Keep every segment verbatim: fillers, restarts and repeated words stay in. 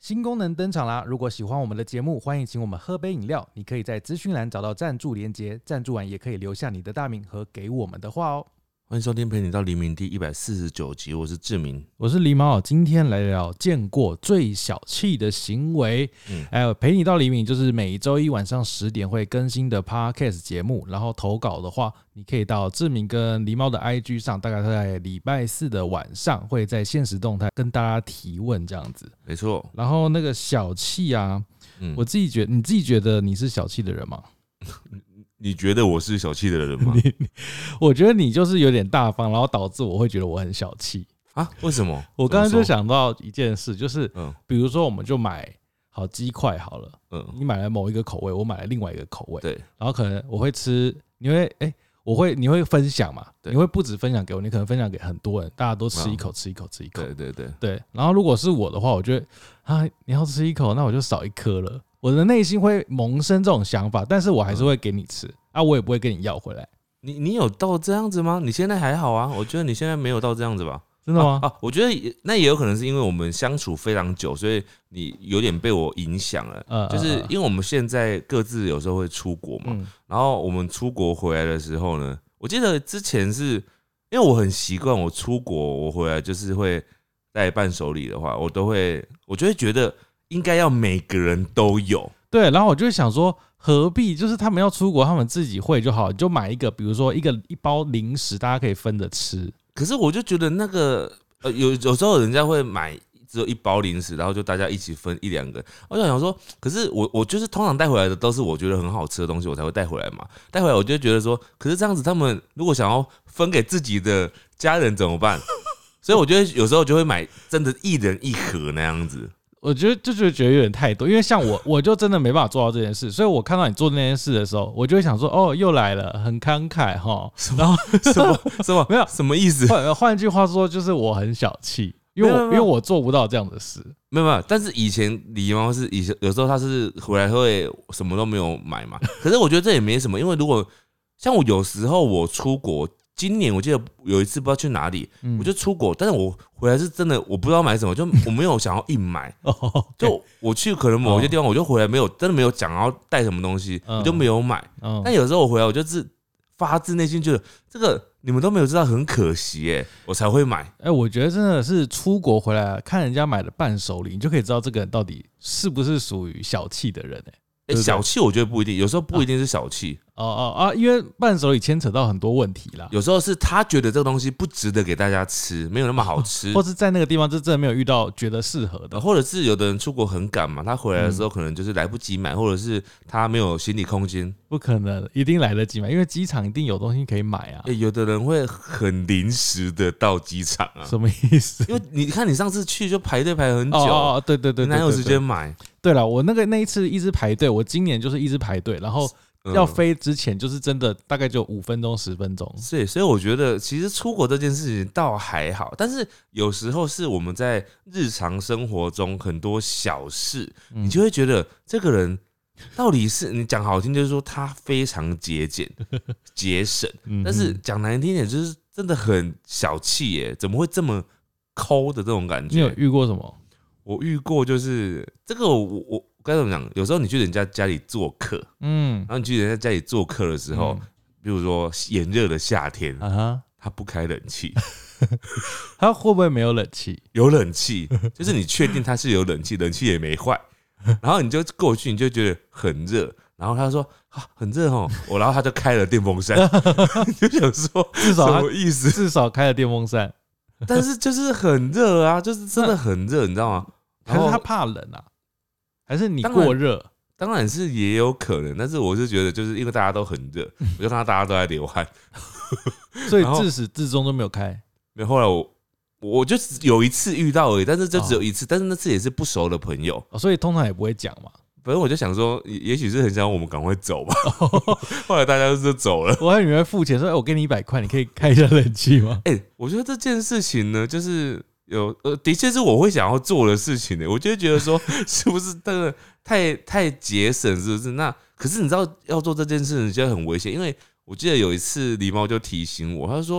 新功能登场啦！如果喜欢我们的节目，欢迎请我们喝杯饮料。你可以在资讯栏找到赞助连结，赞助完也可以留下你的大名和给我们的话哦。 欢迎收听陪你到黎明第一百四十九集，我是志明， 我是狸猫，今天来聊见过最小气的行为。嗯，还有陪你到黎明就是每周一晚上十点会更新的 Podcast 节目，然后投稿的话，你可以到志明跟狸猫的 I G 上，大概在礼拜四的晚上会在限时动态跟大家提问这样子。 没错。 然后那个小气啊，嗯、我自己觉得，你自己觉得你是小气的人吗？ 你觉得我是小气的人吗？ 我觉得你就是有点大方，然后导致我会觉得我很小气啊？为什么？ 我刚刚就想到一件事，就是比如说我们就买好鸡块好了，嗯，你买了某一个口味，我买了另外一个口味，对，然后可能我会吃，你会哎、欸，我会你会分享嘛？你会不止分享给我，你可能分享给很多人，大家都吃一口，吃一口，吃一口， 对对对对。然后如果是我的话，我觉得啊，你要吃一口，那我就少一颗了。我的内心会萌生这种想法，但是我还是会给你吃、嗯、啊，我也不会跟你要回来。 你你有到这样子吗？你现在还好啊，我觉得你现在没有到这样子吧？ 真的吗？ 啊，啊我觉得那也有可能是因为我们相处非常久，所以你有点被我影响了。嗯，就是因为我们现在各自有时候会出国嘛，嗯、然后我们出国回来的时候呢，我记得之前是因为我很习惯，我出国我回来就是会带伴手礼的话，我都会，我就会觉得。应该要每个人都有， 对，然后我就会想说，何必就是他们要出国，他们自己会就好，你就买一个，比如说一个一包零食，大家可以分着吃。 可是我就觉得那个呃，有有时候人家会买只有一包零食，然后就大家一起分一两个。我就想说，可是我我就是通常带回来的都是我觉得很好吃的东西，我才会带回来嘛。带回来我就觉得说，可是这样子他们如果想要分给自己的家人怎么办？所以我觉得有时候就会买真的一人一盒那样子。 我觉得就觉得有点太多，因为像我，我就真的没办法做到这件事，所以我看到你做这件事的时候，我就会想说，哦，又来了，很慷慨哈。然后什么什么没有什么意思？ 换换句话说，就是我很小气，因为我因为我做不到这样的事。 没有没有，但是以前狸猫是以前有时候他是回来会什么都没有买嘛，可是我觉得这也没什么，因为如果像我有时候我出国。今年我记得有一次不知道去哪里，嗯、我就出国，但是我回来是真的我不知道买什么，就我没有想要硬买，就我去可能某些地方我就回来没有真的没有想要带什么东西，我就没有买。但有时候我回来我就是发自内心觉得这个你们都没有知道很可惜哎，我才会买。 哎，我觉得真的是出国回来看人家买的伴手礼，你就可以知道这个人到底是不是属于小气的人哎。 欸、小气我觉得不一定，有时候不一定是小气、 啊、哦哦啊，因为伴手礼牵扯到很多问题啦。 有时候是他觉得这个东西不值得给大家吃，没有那么好吃， 或是在那个地方就真的没有遇到觉得适合的， 或者是有的人出国很赶嘛，他回来的时候可能就是来不及买，嗯、或者是他没有行李空间。 不可能，一定来得及买，因为机场一定有东西可以买啊。 欸、有的人会很临时的到机场啊， 什么意思？ 因为你看你上次去就排队排很久， 哦哦对对 对, 对, 对, 对, 对， 哪有时间买？ 对了，我那个那一次一直排队，我今年就是一直排队，然后要飞之前就是真的大概就五分钟十分钟。 是，所以我觉得其实出国这件事情倒还好，但是有时候是我们在日常生活中很多小事，你就会觉得这个人到底是你讲好听就是说他非常节俭节省，但是讲难听点就是真的很小气耶，怎么会这么抠的这种感觉？ 你有遇过什么？ 我遇过，就是这个我我该怎么讲？有时候你去人家家里做客，嗯，然后你去人家家里做客的时候，嗯、比如说炎热的夏天，啊、他不开冷气， 他会不会没有冷气？ 有冷气，就是你确定他是有冷气，冷气也没坏，然后你就过去，你就觉得很热，然后他说啊很热哦，我然后他就开了电风扇，你就想说至少什么意思？ 至少开了电风扇， 但是就是很热啊，就是真的很热，你知道吗？ 还是他怕冷啊？还是你过热？ 当然是也有可能，但是我是觉得，就是因为大家都很热，我就看到大家都在流汗， 所以自始至终都没有开。 没有，后来我我就有一次遇到而已，但是就只有一次，哦、但是那次也是不熟的朋友， 哦、所以通常也不会讲嘛。 反正我就想说，也许是很想我们赶快走吧。后来大家就走了。 我还以为付钱说，哎、欸，我给你一百块，你可以开一下冷气吗？ 哎、欸，我觉得这件事情呢，就是有呃，的确是我会想要做的事情呢。我就会觉得说，是不是这个太太节省，是不是？那可是你知道要做这件事情就很危险，因为我记得有一次狸猫就提醒我，他说。他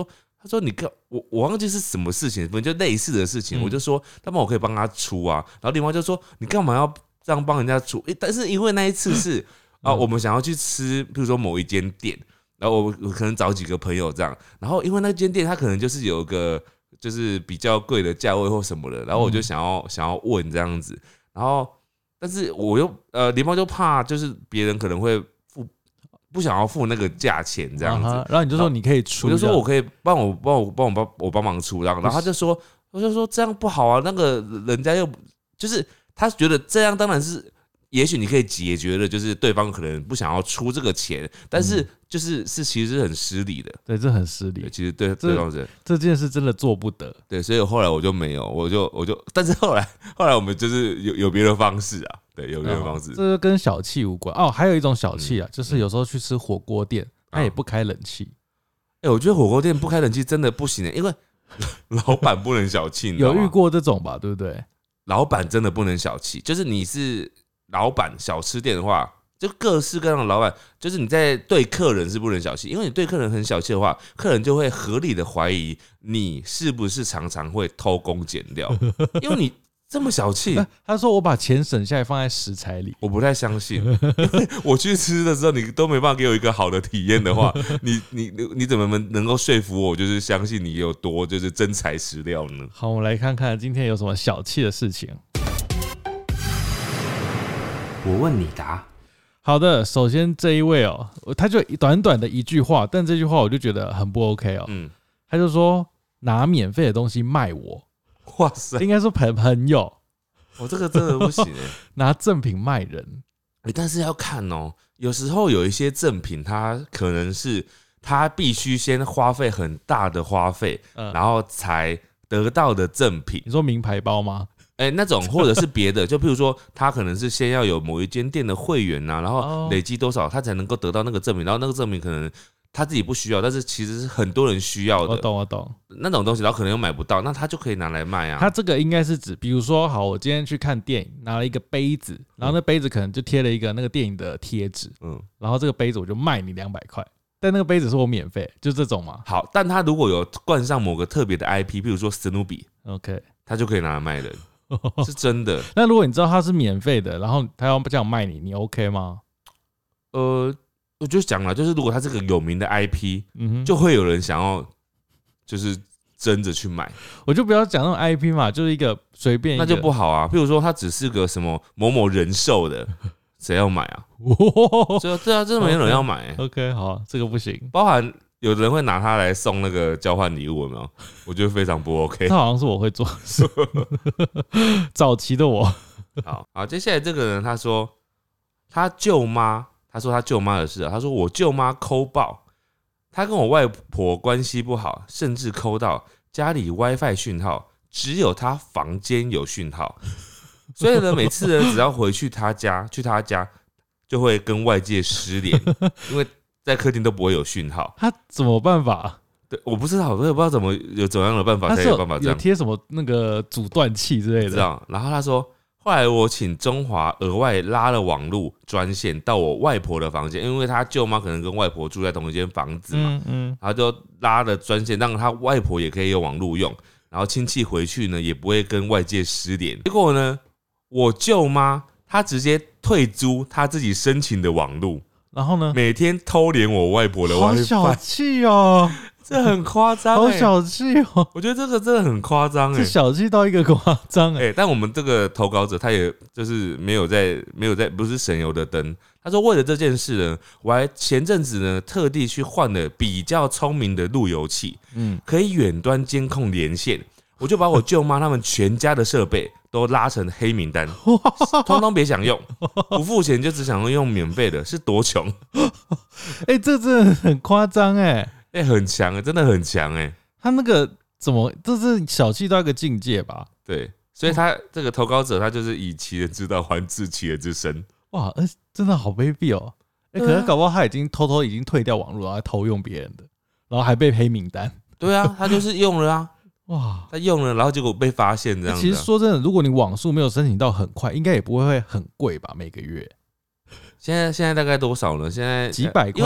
他说你干我我忘记是什么事情，反正就类似的事情，嗯、我就说那么我可以帮他出啊，然后另外就说你干嘛要这样帮人家出？欸、但是因为那一次是啊，我们想要去吃，比如说某一间店，然后我我可能找几个朋友这样，然后因为那间店它可能就是有个就是比较贵的价位或什么的，然后我就想要、嗯、想要问这样子，然后但是我又呃联邦就怕就是别人可能会。不想要付那个价钱这样子， 然后你就说你可以出， 我就说我可以帮我帮我帮我帮我帮忙出，然后然后他就说，我就说这样不好啊，那个人家又就是他觉得这样当然是，也许你可以解决的，就是对方可能不想要出这个钱，但是就是是其实是很失礼的， 对，这很失礼， 其实对对方是这件事真的做不得， 对，所以后来我就没有，我就我就，但是后来后来我们就是有有别的方式啊。对，有别的方式， 哦、这就跟小气无关哦。还有一种小气啊，嗯、就是有时候去吃火锅店，他、嗯、也不开冷气。 哎、欸，我觉得火锅店不开冷气真的不行、欸，因为老板不能小气。 有遇过这种吧？对不对？ 老板真的不能小气，就是你是老板小吃店的话，就各式各样的老板，就是你在对客人是不能小气，因为你对客人很小气的话，客人就会合理的怀疑你是不是常常会偷工减料，因为你。这么小气？ 他说我把钱省下来放在食材里， 我不太相信。因为我去吃的时候，你都没办法给我一个好的体验的话，你你你怎么能够说服我，就是相信你有多就是真材实料呢？ 好，我们来看看今天有什么小气的事情。 我问你答。 好的，首先这一位哦，他就短短的一句话，但这句话我就觉得很不 OK 哦。嗯，他就说拿免费的东西卖我。 哇塞， 应该说朋朋友， 我、哦、这个真的不行哎、欸， 拿赠品卖人、 欸，但是要看哦，有时候有一些赠品，它可能是他必须先花费很大的花费，嗯、然后才得到的赠品。 你说名牌包吗？ 哎、欸，那种或者是别的，就譬如说，他可能是先要有某一间店的会员呐、啊，然后累积多少，他才能够得到那个赠品，然后那个赠品可能。他自己不需要，但是其实是很多人需要的。 我懂，我懂那种东西，然后可能又买不到，那他就可以拿来卖啊。 他这个应该是指，比如说，好，我今天去看电影，拿了一个杯子，然后那杯子可能就贴了一个那个电影的贴纸，嗯，然后这个杯子我就卖你两百块，但那个杯子是我免费，就这种嘛。 好，但他如果有冠上某个特别的 I P， 比如说史努比 ，OK， 他就可以拿来卖人，是真的。 那如果你知道他是免费的，然后他要这样卖你，你 OK 吗？ 呃。我就讲了，就是如果他是个有名的 I P，、嗯、就会有人想要就是争着去买。 我就不要讲那种 I P 嘛，就是一个随便一个， 那就不好啊。譬如说他只是个什么某某人寿的，谁要买啊？对啊，对啊，真的没有人要买、欸。 OK， 好，这个不行。 包含有人会拿它来送那个交换礼物，有没有？我觉得非常不 OK。 这好像是我会做的事，早期的我。 好好，接下来这个人他说他舅妈。他说他舅妈的事、啊，他说我舅妈抠爆，他跟我外婆关系不好，甚至抠到家里 WiFi 讯号只有他房间有讯号，所以呢，每次呢只要回去他家，去他家就会跟外界失联，因为在客厅都不会有讯号。 他怎么办法？ 对，我不知道，我也不知道怎么有怎样的办法才有办法这样。 有贴什么那个阻断器之类的？ 这样，然后他说。后来我请中华额外拉了网路专线到我外婆的房间，因为他舅妈可能跟外婆住在同一间房子嘛，嗯嗯，然后就拉了专线，让他外婆也可以有网路用，然后亲戚回去呢也不会跟外界失联。结果呢，我舅妈她直接退租她自己申请的网路， 然后呢， 每天偷连我外婆的 WiFi， 好小气哦。 这很夸张、欸， 好小气哦！ 我觉得这个真的很夸张哎， 这小气到一个夸张哎。 但我们这个投稿者他也就是没有在没有在不是省油的灯。他说为了这件事呢，我还前阵子呢特地去换了比较聪明的路由器，嗯，可以远端监控连线。我就把我舅妈他们全家的设备都拉成黑名单，通通别想用，不付钱就只想用免费的，是多穷？ 哎、欸，这真的很夸张哎。 哎、欸，很强哎，真的很强哎！ 他那个怎么，这是小气到一个境界吧？ 对，所以他这个投稿者，他就是以其人之道还治其人之身。 哇，欸、真的好卑鄙哦！哎、欸，可是搞不好他已经偷偷已经退掉网络，然后还偷用别人的，然后还被黑名单。 对啊，他就是用了啊， 哇， 他用了，然后结果被发现这样子、啊。 其实说真的，如果你网速没有申请到很快，应该也不会很贵吧？每个月。 现在现在大概多少呢？现在几百块。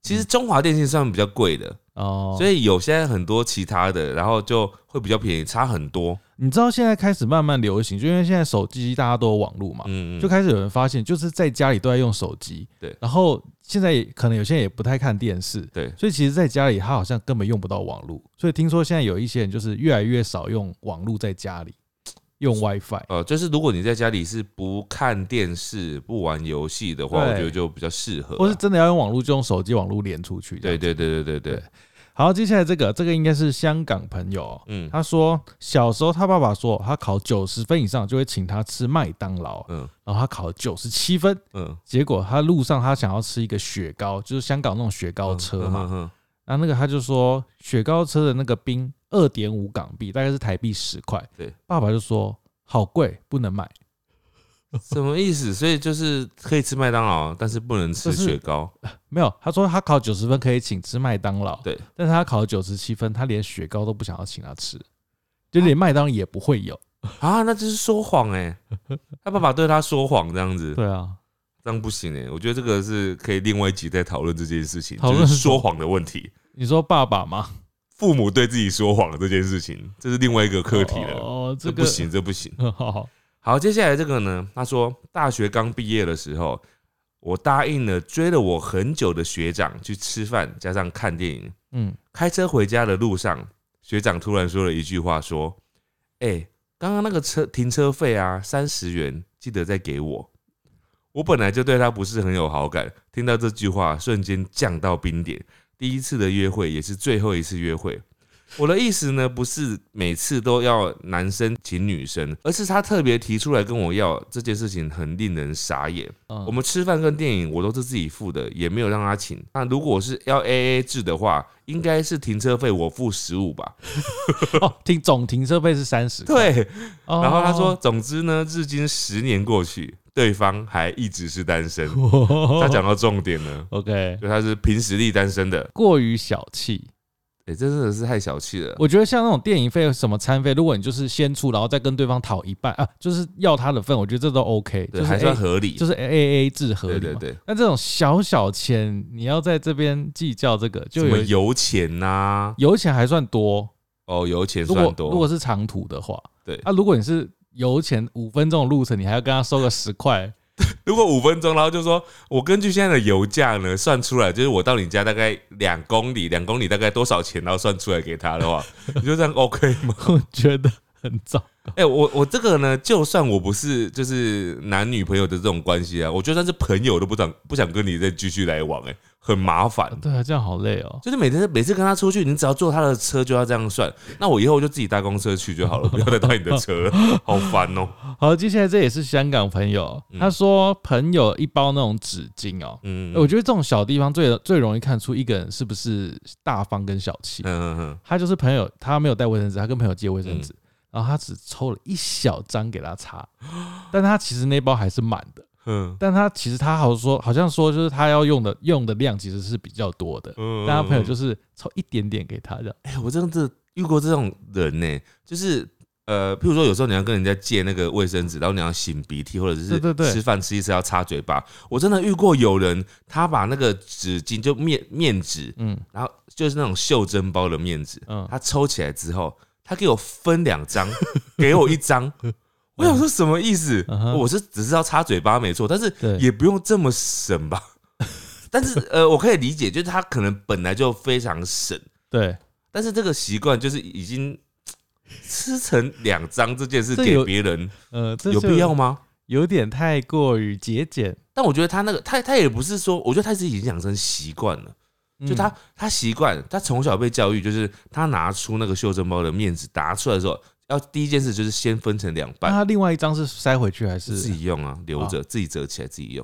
其实中华电信算比较贵的哦，所以有现在很多其他的，然后就会比较便宜，差很多。 你知道现在开始慢慢流行，就因为现在手机大家都有网络嘛，嗯嗯就开始有人发现，就是在家里都在用手机，对，然后现在可能有些人也不太看电视，对，所以其实在家里他好像根本用不到网络，所以听说现在有一些人就是越来越少用网络在家里。用 WiFi， 呃，就是如果你在家里是不看电视、不玩游戏的话，我觉得就比较适合、啊。 或是真的要用网络，就用手机网络连出去。 对对对对对 对, 对。 好，接下来这个，这个应该是香港朋友、喔，嗯，他说小时候他爸爸说他考九十分以上就会请他吃麦当劳，嗯，然后他考了九十七分，嗯，结果他路上他想要吃一个雪糕，就是香港那种雪糕车嘛，嗯嗯然后那个他就说雪糕车的那个冰。二点五港币，大概是台币十块。对，爸爸就说好贵，不能买。 什么意思？所以就是可以吃麦当劳，但是不能吃雪糕。 没有，他说他考九十分可以请吃麦当劳，对，但是他考九十七分，他连雪糕都不想要请他吃，就连麦当劳也不会有啊，那就是说谎哎、欸，他爸爸对他说谎这样子。 对啊， 这样不行哎、欸，我觉得这个是可以另外一集再讨论这件事情，就是说谎的问题。 你说爸爸吗？ 父母对自己说谎这件事情，这是另外一个课题了。哦，这个、这不行，这不行。好，好，接下来这个呢？他说，大学刚毕业的时候，我答应了追了我很久的学长去吃饭，加上看电影。嗯，开车回家的路上，学长突然说了一句话，说：“哎、欸，刚刚那个车停车费啊，三十元，记得再给我。”我本来就对他不是很有好感，听到这句话，瞬间降到冰点。第一次的约会也是最后一次约会。我的意思呢，不是每次都要男生请女生，而是他特别提出来跟我要这件事情，很令人傻眼。嗯、我们吃饭跟电影我都是自己付的，也没有让他请。那如果是要 A A 制的话，应该是停车费我付十五吧？ 哦，停总停车费是三十。 对。哦、然后他说，总之呢，至今十年过去。对方还一直是单身，他讲到重点了。OK， 就他是凭实力单身的， 过于小气。 哎、欸，真的是太小气了。 我觉得像那种电影费、什么餐费，如果你就是先出，然后再跟对方讨一半啊，就是要他的份，我觉得这都 OK， 对，还算合理， 就是 A A 制合理嘛。 对对对。 那这种小小钱，你要在这边计较这个，就有什么油钱呐、啊？ 油钱还算多哦，油钱算多。 如果如果是长途的话， 对啊，如果你是油钱五分钟的路程，你还要跟他收个十块。 如果五分钟，然后就说我根据现在的油价呢算出来，就是我到你家大概两公里，两公里大概多少钱，然后算出来给他的话，你就这样 OK 吗？ 我觉得很糟糕。 哎、欸，我我这个呢，就算我不是就是男女朋友的这种关系啊，我就算是朋友都不想不想跟你再继续来往、欸，哎，很麻烦。 对啊，这样好累哦。 就是每次每次跟他出去，你只要坐他的车就要这样算，那我以后就自己搭公车去就好了，不要再搭你的车了，好烦哦、喔。 好，接下来这也是香港朋友，他说朋友一包那种纸巾哦、喔，嗯，我觉得这种小地方最最容易看出一个人是不是大方跟小气。嗯嗯嗯，他就是朋友，他没有带卫生纸，他跟朋友借卫生纸。嗯然后他只抽了一小张给他擦，但他其实那包还是满的。嗯，但他其实他好说，好像说就是他要用的用的量其实是比较多的。嗯，但他朋友就是抽一点点给他这样。 哎、欸，我真的遇过这种人呢、欸，就是呃，譬如说有时候你要跟人家借那个卫生纸，然后你要擤鼻涕，或者是吃饭吃一吃要擦嘴巴。我真的遇过有人，他把那个纸巾就面面纸，嗯，然后就是那种袖珍包的面纸，嗯，他抽起来之后。他给我分两张，给我一张，我想说什么意思？我是只是要擦嘴巴没错，但是也不用这么省吧？但是呃，我可以理解，就是他可能本来就非常省， 对。 但是这个习惯就是已经吃成两张这件事给别人，呃，有必要吗？ 有点太过于节俭。 但我觉得他那个，他他也不是说，我觉得他是已经养成习惯了。就他，他习惯，他从小被教育，就是他拿出那个袖珍包的面纸拿出来的时候，要第一件事就是先分成两半。 那他另外一张是塞回去还是自己用啊？留着，自己折起来自己用，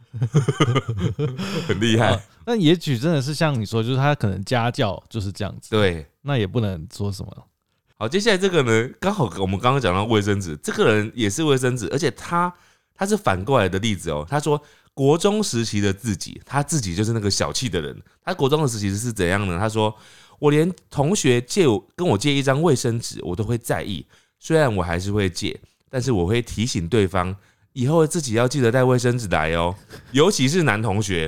很厉害。 那也许真的是像你说，就是他可能家教就是这样子。 对， 那也不能说什么。 好，接下来这个呢，刚好我们刚刚讲到卫生纸，这个人也是卫生纸，而且他他是反过来的例子哦。他说。国中时期的自己，他自己就是那个小气的人。他国中的时期是怎样呢？他说：“我连同学借我跟我借一张卫生纸，我都会在意。虽然我还是会借，但是我会提醒对方，以后自己要记得带卫生纸来哦。尤其是男同学，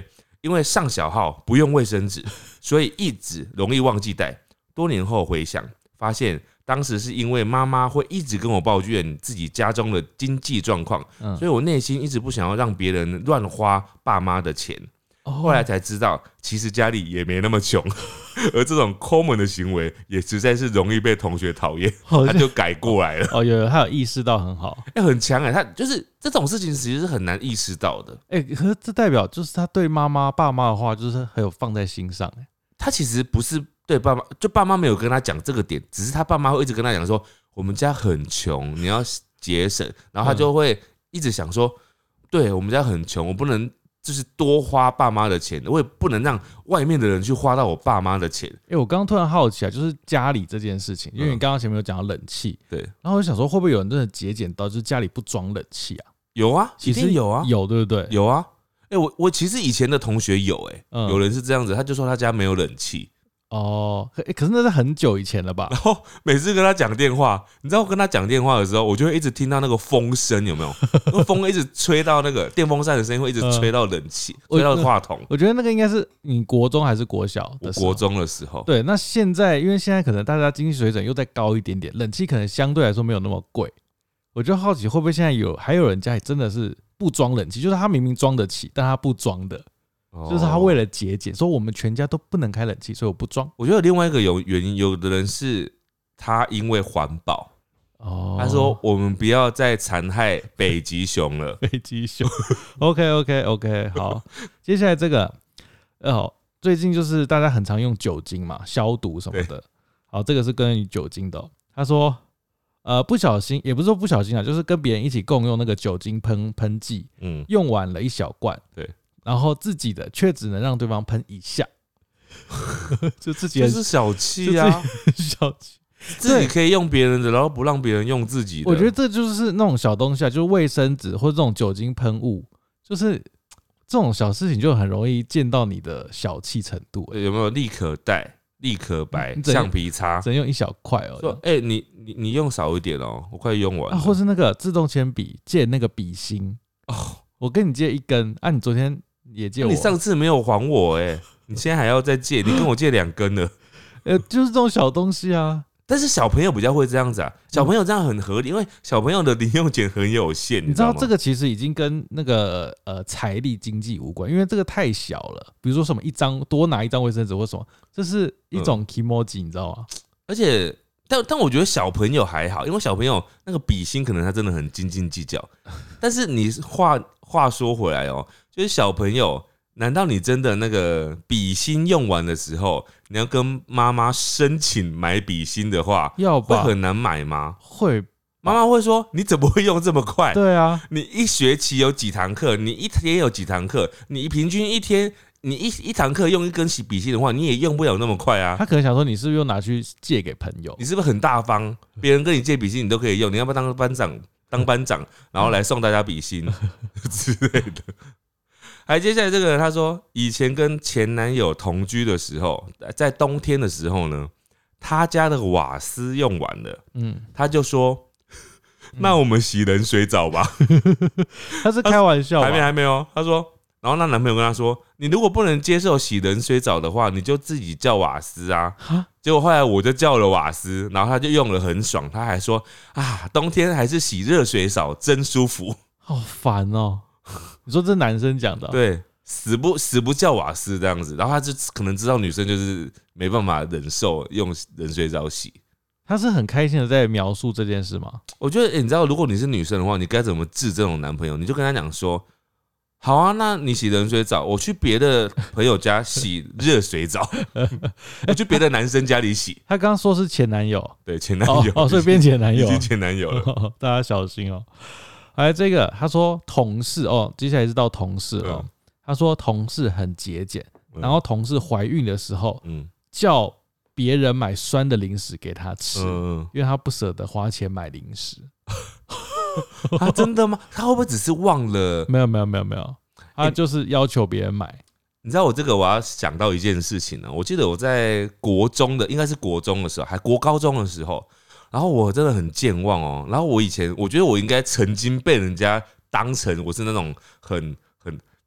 因为上小号不用卫生纸，所以一直容易忘记带。多年后回想，发现当时是因为妈妈会一直跟我抱怨自己家中的经济状况，嗯、所以我内心一直不想要让别人乱花爸妈的钱。后来才知道，其实家里也没那么穷，而这种抠门的行为也实在是容易被同学讨厌，他就改过来了。 哦，有他有意识到很好， 哎、欸，很强哎、欸，他就是这种事情其实是很难意识到的。 哎、欸，可是这代表就是他对妈妈、爸妈的话，就是很有放在心上、欸。 他其实不是对爸妈，就爸妈没有跟他讲这个点，只是他爸妈会一直跟他讲说，我们家很穷，你要节省，然后他就会一直想说，对我们家很穷，我不能。就是多花爸妈的钱，我也不能让外面的人去花到我爸妈的钱。 哎、欸，我刚刚突然好奇啊，就是家里这件事情，因为你刚刚前面有讲到冷气， 对， 然后我想说，会不会有人真的节俭到就是家里不装冷气啊？ 有啊， 其实有啊， 有对不对？ 有啊。哎、欸，我我其实以前的同学有、欸，哎、嗯，有人是这样子，他就说他家没有冷气。 哦，欸、可是那是很久以前了吧？ 然后每次跟他讲电话，你知道跟他讲电话的时候，我就会一直听到那个风声，有没有？那个风一直吹到那个电风扇的声音，会一直吹到冷气，吹到话筒。 我觉得那个应该是你国中还是国小的时候？ 我国中的时候。 对，那现在因为现在可能大家经济水准又再高一点点，冷气可能相对来说没有那么贵。我就好奇会不会现在有还有人家里真的是不装冷气，就是他明明装得起，但他不装的。就是他为了节俭，说我们全家都不能开冷气，所以我不装。 我觉得有另外一个有原因，有的人是他因为环保，哦，他说我们不要再残害北极熊了。 北极熊 ，OK OK OK， 好，接下来这个，哦，最近就是大家很常用酒精嘛，消毒什么的。好，这个是关于酒精的、哦。他说，呃，不小心，也不是说不小心啊，就是跟别人一起共用那个酒精喷喷剂，嗯，用完了一小罐， 对。 然后自己的却只能让对方喷一下，就自己就是小气啊， 小气， 自己可以用别人的，然后不让别人用自己的。 我觉得这就是那种小东西啊，就是卫生纸或者这种酒精喷雾，就是这种小事情就很容易见到你的小气程度。 有没有立可带、立可白、橡皮擦？ 只能用一小块哦。 说，哎、欸，你你你用少一点哦，我快用完了。 啊，或是那个自动铅笔借那个笔芯哦，我跟你借一根啊，你昨天。也借我， 你上次没有还我哎、欸，你现在还要再借，你跟我借两根了， 呃，就是这种小东西啊。 但是小朋友比较会这样子啊，小朋友这样很合理，因为小朋友的零用钱很有限， 你知道这个其实已经跟那个呃财力经济无关，因为这个太小了。比如说什么一张多拿一张卫生纸或什么，这是一种 kimoji，、嗯、你知道吗？ 而且，但但我觉得小朋友还好，因为小朋友那个笔芯可能他真的很斤斤计较，但是你话话说回来哦。就是小朋友，难道你真的那个笔芯用完的时候，你要跟妈妈申请买笔芯的话， 要吧？ 会很难买吗？ 会， 妈妈会说你怎么会用这么快？ 对啊， 你一学期有几堂课，你一天有几堂课，你平均一天你一一堂课用一根笔芯的话，你也用不了那么快啊。 他可能想说你是不是又拿去借给朋友？ 你是不是很大方？别人跟你借笔芯你都可以用，你要不要当班长？当班长，然后来送大家笔芯之类的。还接下来这个人他说，以前跟前男友同居的时候，在冬天的时候呢，他家的瓦斯用完了，嗯，他就说，那我们洗冷水澡吧。 他是开玩笑吧， 还没还没有。他说，然后那男朋友跟他说，你如果不能接受洗冷水澡的话，你就自己叫瓦斯啊。结果后来我就叫了瓦斯，然后他就用了很爽，他还说啊，冬天还是洗热水澡真舒服。 好烦哦。你说这男生讲的、哦， 对，死不死不叫瓦斯这样子，然后他就可能知道女生就是没办法忍受用冷水澡洗， 他是很开心的在描述这件事吗？ 我觉得、欸、你知道，如果你是女生的话，你该怎么治这种男朋友？你就跟他讲说，好啊，那你洗冷水澡，我去别的朋友家洗热水澡，我去别的男生家里洗。 他刚刚说是前男友， 对，前男友哦, 哦，所以变前男友， 已经前男友了， 哦、大家小心哦。哎，这个他说同事哦，接下来是到同事哦。嗯、他说同事很节俭，嗯、然后同事怀孕的时候，嗯，叫别人买酸的零食给他吃，嗯、因为他不舍得花钱买零食。 他真的吗？他会不会只是忘了？ 没有没有没有没有，他就是要求别人买。欸、 你知道我这个，我要想到一件事情呢。我记得我在国中的，应该是国中的时候，还国高中的时候。然后我真的很健忘哦。然后我以前我觉得我应该曾经被人家当成我是那种很很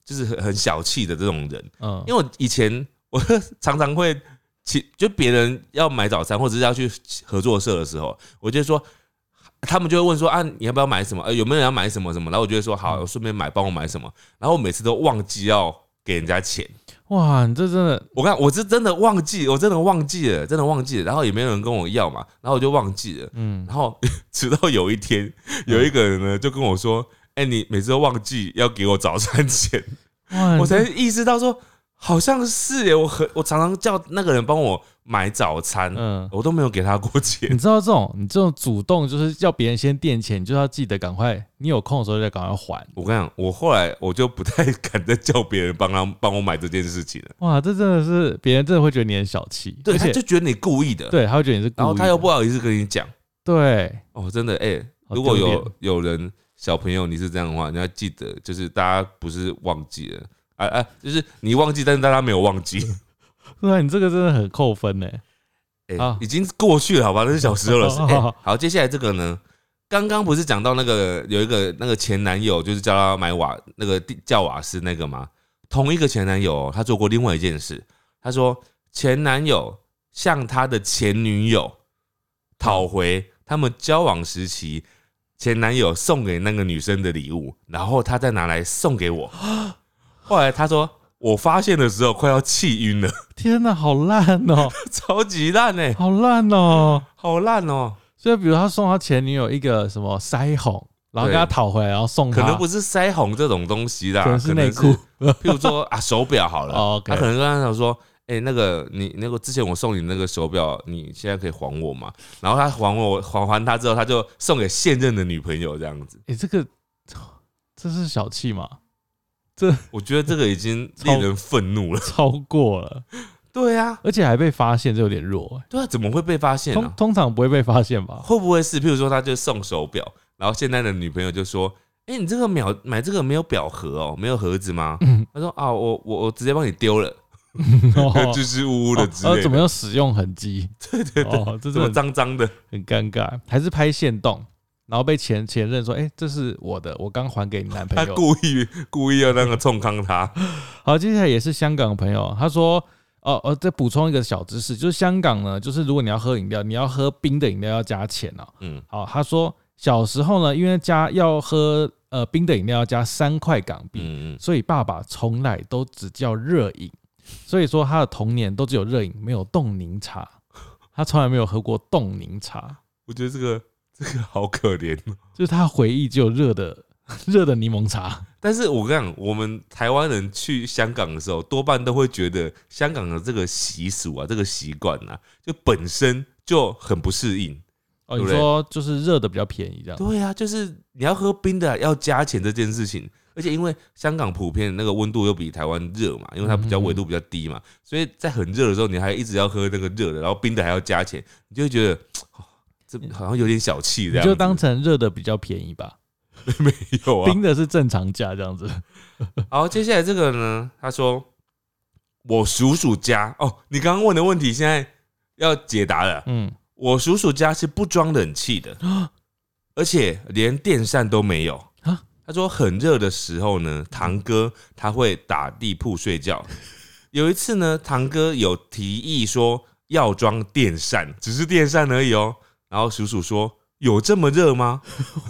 就是很很小气的这种人。 嗯， 因为我以前我常常会，就别人要买早餐或者是要去合作社的时候，我就说。他们就会问说啊，你要不要买什么？呃，有没有人要买什么什么？然后我就会说好，顺便买，帮我买什么。然后我每次都忘记要给人家钱。 哇，你这真的， 我看我是真的忘记，我真的忘记了，真的忘记了。然后也没有人跟我要嘛，然后我就忘记了。嗯，然后直到有一天，有一个人呢就跟我说：“哎、欸，你每次都忘记要给我早餐钱。”我才意识到说。好像是耶，我很我常常叫那个人帮我买早餐，嗯，我都没有给他过钱。 你知道这种你这种主动就是叫别人先垫钱，你就要记得赶快，你有空的时候就赶快还。 我跟你讲，我后来我就不太敢再叫别人帮他帮我买这件事情了。 哇，这真的是别人真的会觉得你很小气， 对，而且他就觉得你故意的， 对，他会觉得你是故意的， 然后他又不好意思跟你讲， 对， 哦，真的，哎、欸，如果有有人小朋友你是这样的话，你要记得，就是大家不是忘记了。哎哎，就是你忘记，但是大家没有忘记。 对啊，你这个真的很扣分呢。 哎、欸，已经过去了，好吧，那是小时候的事。欸、好，接下来这个呢，刚刚不是讲到那个有一个那个前男友，就是叫他买瓦那个叫瓦斯那个吗？同一个前男友，他做过另外一件事，他说前男友向他的前女友讨回他们交往时期前男友送给那个女生的礼物，然后他再拿来送给我。后来他说，我发现的时候快要气晕了。 天哪，好烂哦， 超级烂哎， 好烂哦， 好烂哦。 所以，比如他送他前女友一个什么腮红，然后跟他讨回来，然后送他， 可能不是腮红这种东西啦， 可能是内裤。 譬如说啊，手表好了， 哦 okay、 他可能跟他讲说，哎、欸，那个你那个之前我送你那个手表，你现在可以还我吗？然后他还我还还他之后，他就送给现任的女朋友这样子。 哎、欸，这个这是小气吗？这我觉得这个已经令人愤怒了， 超过了。 对啊， 而且还被发现，这有点弱。 对啊，怎么会被发现、啊通？通常不会被发现吧？ 会不会是，譬如说，他就送手表，然后现在的女朋友就说：“哎、欸，你这个表买这个没有表盒哦，没有盒子吗？”嗯、他说：“啊，我我我直接帮你丢了。”支支吾吾的之类的， 哦、怎么有使用痕迹？ 对对对，哦、这么脏脏的， 很尴尬。还是拍限动。然后被前前任说：“哎、欸，这是我的，我刚还给你男朋友。” 他故意故意要那个冲康他。 好，接下来也是香港的朋友，他说：“哦哦，再补充一个小知识，就是香港呢，就是如果你要喝饮料，你要喝冰的饮料要加钱哦。嗯，好，他说小时候呢，因为加要喝呃冰的饮料要加三块港币，嗯嗯所以爸爸从来都只叫热饮，所以说他的童年都只有热饮，没有冻柠茶，他从来没有喝过冻柠茶。 我觉得这个。这个好可怜哦， 就是他回忆只有热的热的柠檬茶。 但是我跟你讲，我们台湾人去香港的时候，多半都会觉得香港的这个习俗啊，这个习惯啊，就本身就很不适应。 哦，你说就是热的比较便宜这样？ 对啊，就是你要喝冰的要加钱这件事情，而且因为香港普遍那个温度又比台湾热嘛，因为它比较纬度比较低嘛，所以在很热的时候，你还一直要喝那个热的，然后冰的还要加钱，你就会觉得。这好像有点小气，这样你就当成热的比较便宜吧。 没有啊， 冰的是正常价这样子。 好，接下来这个呢，他说我叔叔家哦，你刚刚问的问题现在要解答了。嗯，我叔叔家是不装冷气的，而且连电扇都没有。他说很热的时候呢，堂哥他会打地铺睡觉。有一次呢，堂哥有提议说要装电扇，只是电扇而已哦。然后叔叔说：“有这么热吗？”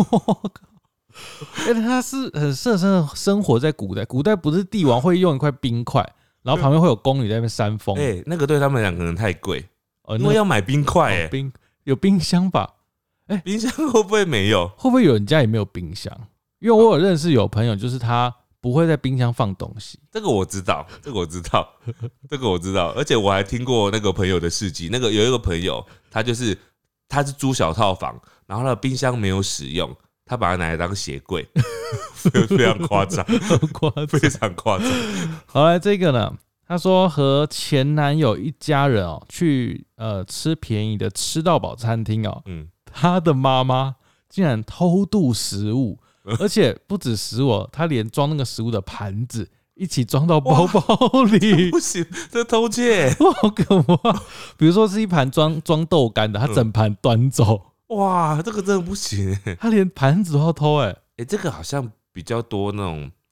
哎、欸，他是很适合生活在古代。古代不是帝王会用一块冰块，然后旁边会有宫女在那边扇风。 哎、欸，那个对他们俩可能太贵，哦，因为要买冰块。哎、 哦，冰有冰箱吧？ 哎、欸，冰箱会不会没有？ 会不会有人家也没有冰箱？因为我有认识有朋友，就是他不会在冰箱放东西。 这个我知道，这个我知道，这个我知道。而且我还听过那个朋友的事迹。那个有一个朋友，他就是。他是租小套房，然后他的冰箱没有使用，他把它拿来当鞋柜，非常夸张，非常夸张。 好来，这个呢，他说和前男友一家人哦去呃吃便宜的吃到饱餐厅哦，嗯，他的妈妈竟然偷渡食物，而且不止食物，他连装那个食物的盘子。一起装到包包里， 不行，这偷窃， 好可怕！比如说是一盘装装豆干的，他整盘端走， 哇，这个真的不行， 他连盘子都要偷，哎， 哎，这个好像比较多那种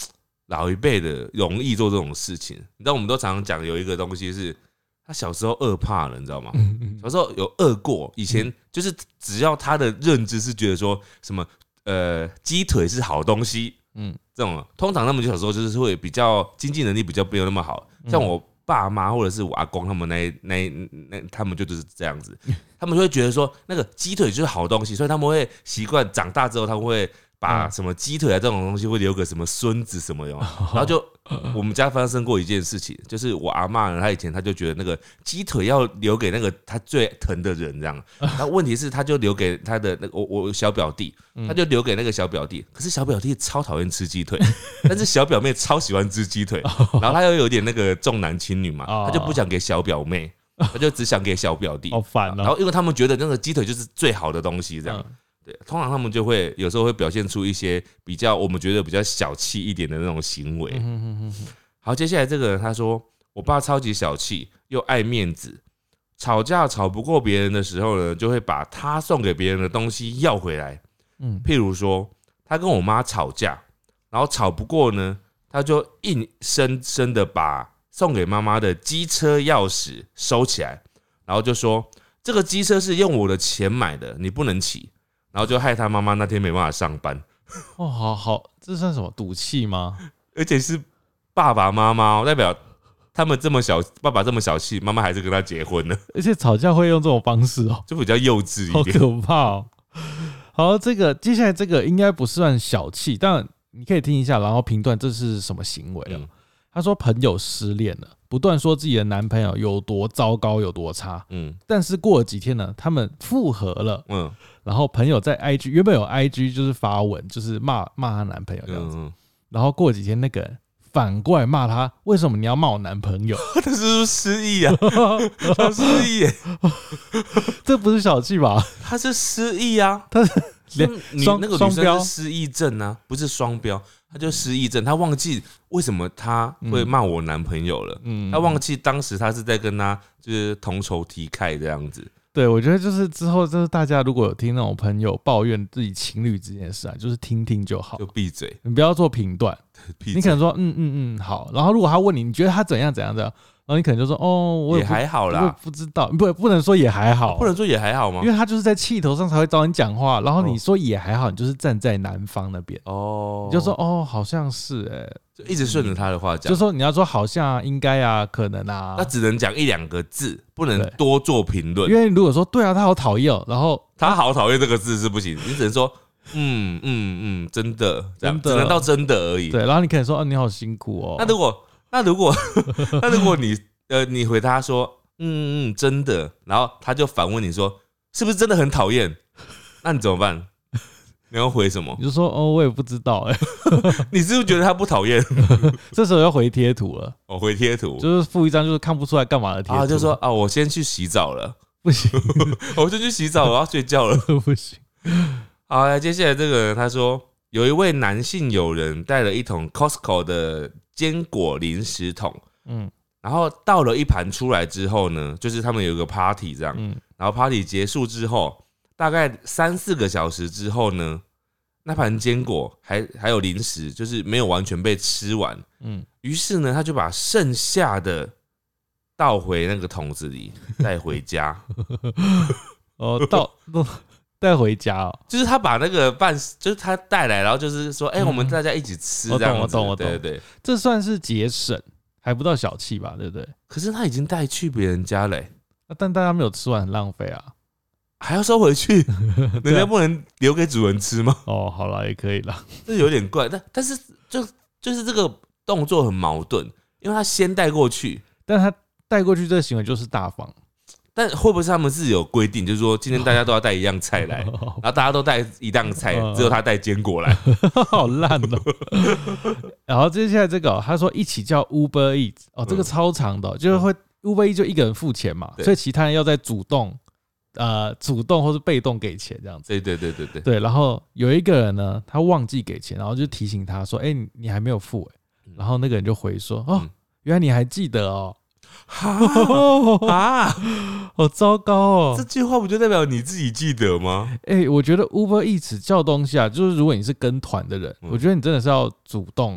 老一辈的容易做这种事情。你知道，我们都常常讲有一个东西是，他小时候饿怕了，你知道吗？小时候有饿过，以前就是只要他的认知是觉得说什么呃鸡腿是好东西，嗯，这种通常他们就小时候就是会比较经济能力比较没有那么好，像我爸妈或者是我阿公他们那那那他们就就是这样子，他们就会觉得说那个鸡腿就是好东西，所以他们会习惯长大之后他们会。把什么鸡腿啊这种东西会留给什么孙子什么的，然后就我们家发生过一件事情，就是我阿嬷呢，她以前她就觉得那个鸡腿要留给那个她最疼的人这样，然后问题是她就留给她的那个我我小表弟，她就留给那个小表弟，可是小表弟超讨厌吃鸡腿，但是小表妹超喜欢吃鸡腿，然后她又有点那个重男轻女嘛，她就不想给小表妹，她就只想给小表弟， 好烦哦。 然后因为他们觉得那个鸡腿就是最好的东西这样。对，通常他们就会有时候会表现出一些比较我们觉得比较小气一点的那种行为。好，接下来这个人他说，我爸超级小气又爱面子，吵架吵不过别人的时候呢，就会把他送给别人的东西要回来。嗯，譬如说他跟我妈吵架，然后吵不过呢，他就硬生生的把送给妈妈的机车钥匙收起来，然后就说这个机车是用我的钱买的，你不能骑。然后就害他妈妈那天没办法上班。 哦，好好，这算什么赌气吗？ 而且是爸爸妈妈，代表他们这么小，爸爸这么小气，妈妈还是跟他结婚了。 而且吵架会用这种方式哦， 就比较幼稚一点， 好可怕哦。好，这个接下来这个应该不算小气，但你可以听一下，然后评断这是什么行为哦。嗯、他说朋友失恋了，不断说自己的男朋友有多糟糕有多差，嗯，但是过了几天呢，他们复合了，嗯。然后朋友在 I G 原本有 I G 就是发文，就是骂骂她男朋友这样子。嗯、然后过几天那个人反过来骂她，为什么你要骂我男朋友？ 他是不是失忆啊？他失忆耶， 这不是小气吧？ 他是失忆啊， 他连双那个女生是失忆症啊，不是双标，他就失忆症，他忘记为什么他会骂我男朋友了，嗯、他忘记当时他是在跟他就是同仇敌忾这样子。 对，我觉得就是之后就是大家如果有听那种朋友抱怨自己情侣这件事啊，就是听听就好， 就闭嘴， 你不要做评断。你可能说嗯嗯嗯好，然后如果他问你，你觉得他怎样怎样怎样，然后你可能就说哦，我也, 也还好啦， 我不知道，不不能说也还好， 不能说也还好吗？ 因为他就是在气头上才会找你讲话，然后你说也还好，你就是站在男方那边哦，你就说哦好像是哎、欸。 就一直顺着他的话讲， 就说你要说好像、啊、应该啊，可能啊， 那只能讲一两个字，不能多做评论。 因为如果说对啊，他好讨厌，然后他好讨厌这个字是不行，你只能说嗯嗯嗯，真的，这样只能到真的而已。 对，然后你可能说，哦、啊，你好辛苦哦。 那如果那如果那如果你呃你回他说嗯嗯真的，然后他就反问你说是不是真的很讨厌？那你怎么办？你要回什么？ 你就说哦，我也不知道哎、 欸。你是不是觉得他不讨厌？ 这时候要回贴图了。 哦，回贴图就是附一张就是看不出来干嘛的贴图。 啊，就说啊，我先去洗澡了。 不行， 我就去洗澡，我要睡觉了。 不行。 好，来接下来这个，他说有一位男性友人带了一桶 Costco 的坚果零食桶，嗯，然后倒了一盘出来之后呢，就是他们有一个 party 这样，嗯，然后 party 结束之后。大概三四个小时之后呢，那盘坚果还还有零食，就是没有完全被吃完。嗯，于是呢，他就把剩下的倒回那个桶子里，带回家。 哦，倒带回家哦， 就是他把那个伴，就是他带来，然后就是说，哎、欸，我们大家一起吃这样子。 我懂，我懂， 对对对， 这算是节省，还不到小气吧？对不对？ 可是他已经带去别人家了、欸， 但大家没有吃完，很浪费啊。 还要收回去，人家不能留给主人吃吗？ 哦，好啦，也可以啦， 这有点怪，但但是就就是这个动作很矛盾，因为他先带过去， 但他带过去这个行为就是大方， 但会不会是他们是有规定，就是说今天大家都要带一样菜来，然后大家都带一样菜，只有他带坚果来， 好烂哦。然后接下来这个、哦，他说一起叫 Uber Eats， 哦，这个超长的、哦，就是会 Uber Eats 就一个人付钱嘛，所以其他人要再主动。呃，主动或是被动给钱这样子， 对对对对对对。然后有一个人呢，他忘记给钱，然后就提醒他说：“哎、欸，你你还没有付哎。”然后那个人就回说：“哦，原来你还记得哦。”啊，好糟糕哦！ 这句话不就代表你自己记得吗？ 哎、欸，我觉得 Uber Eats 叫东西啊，就是如果你是跟团的人，嗯、我觉得你真的是要主动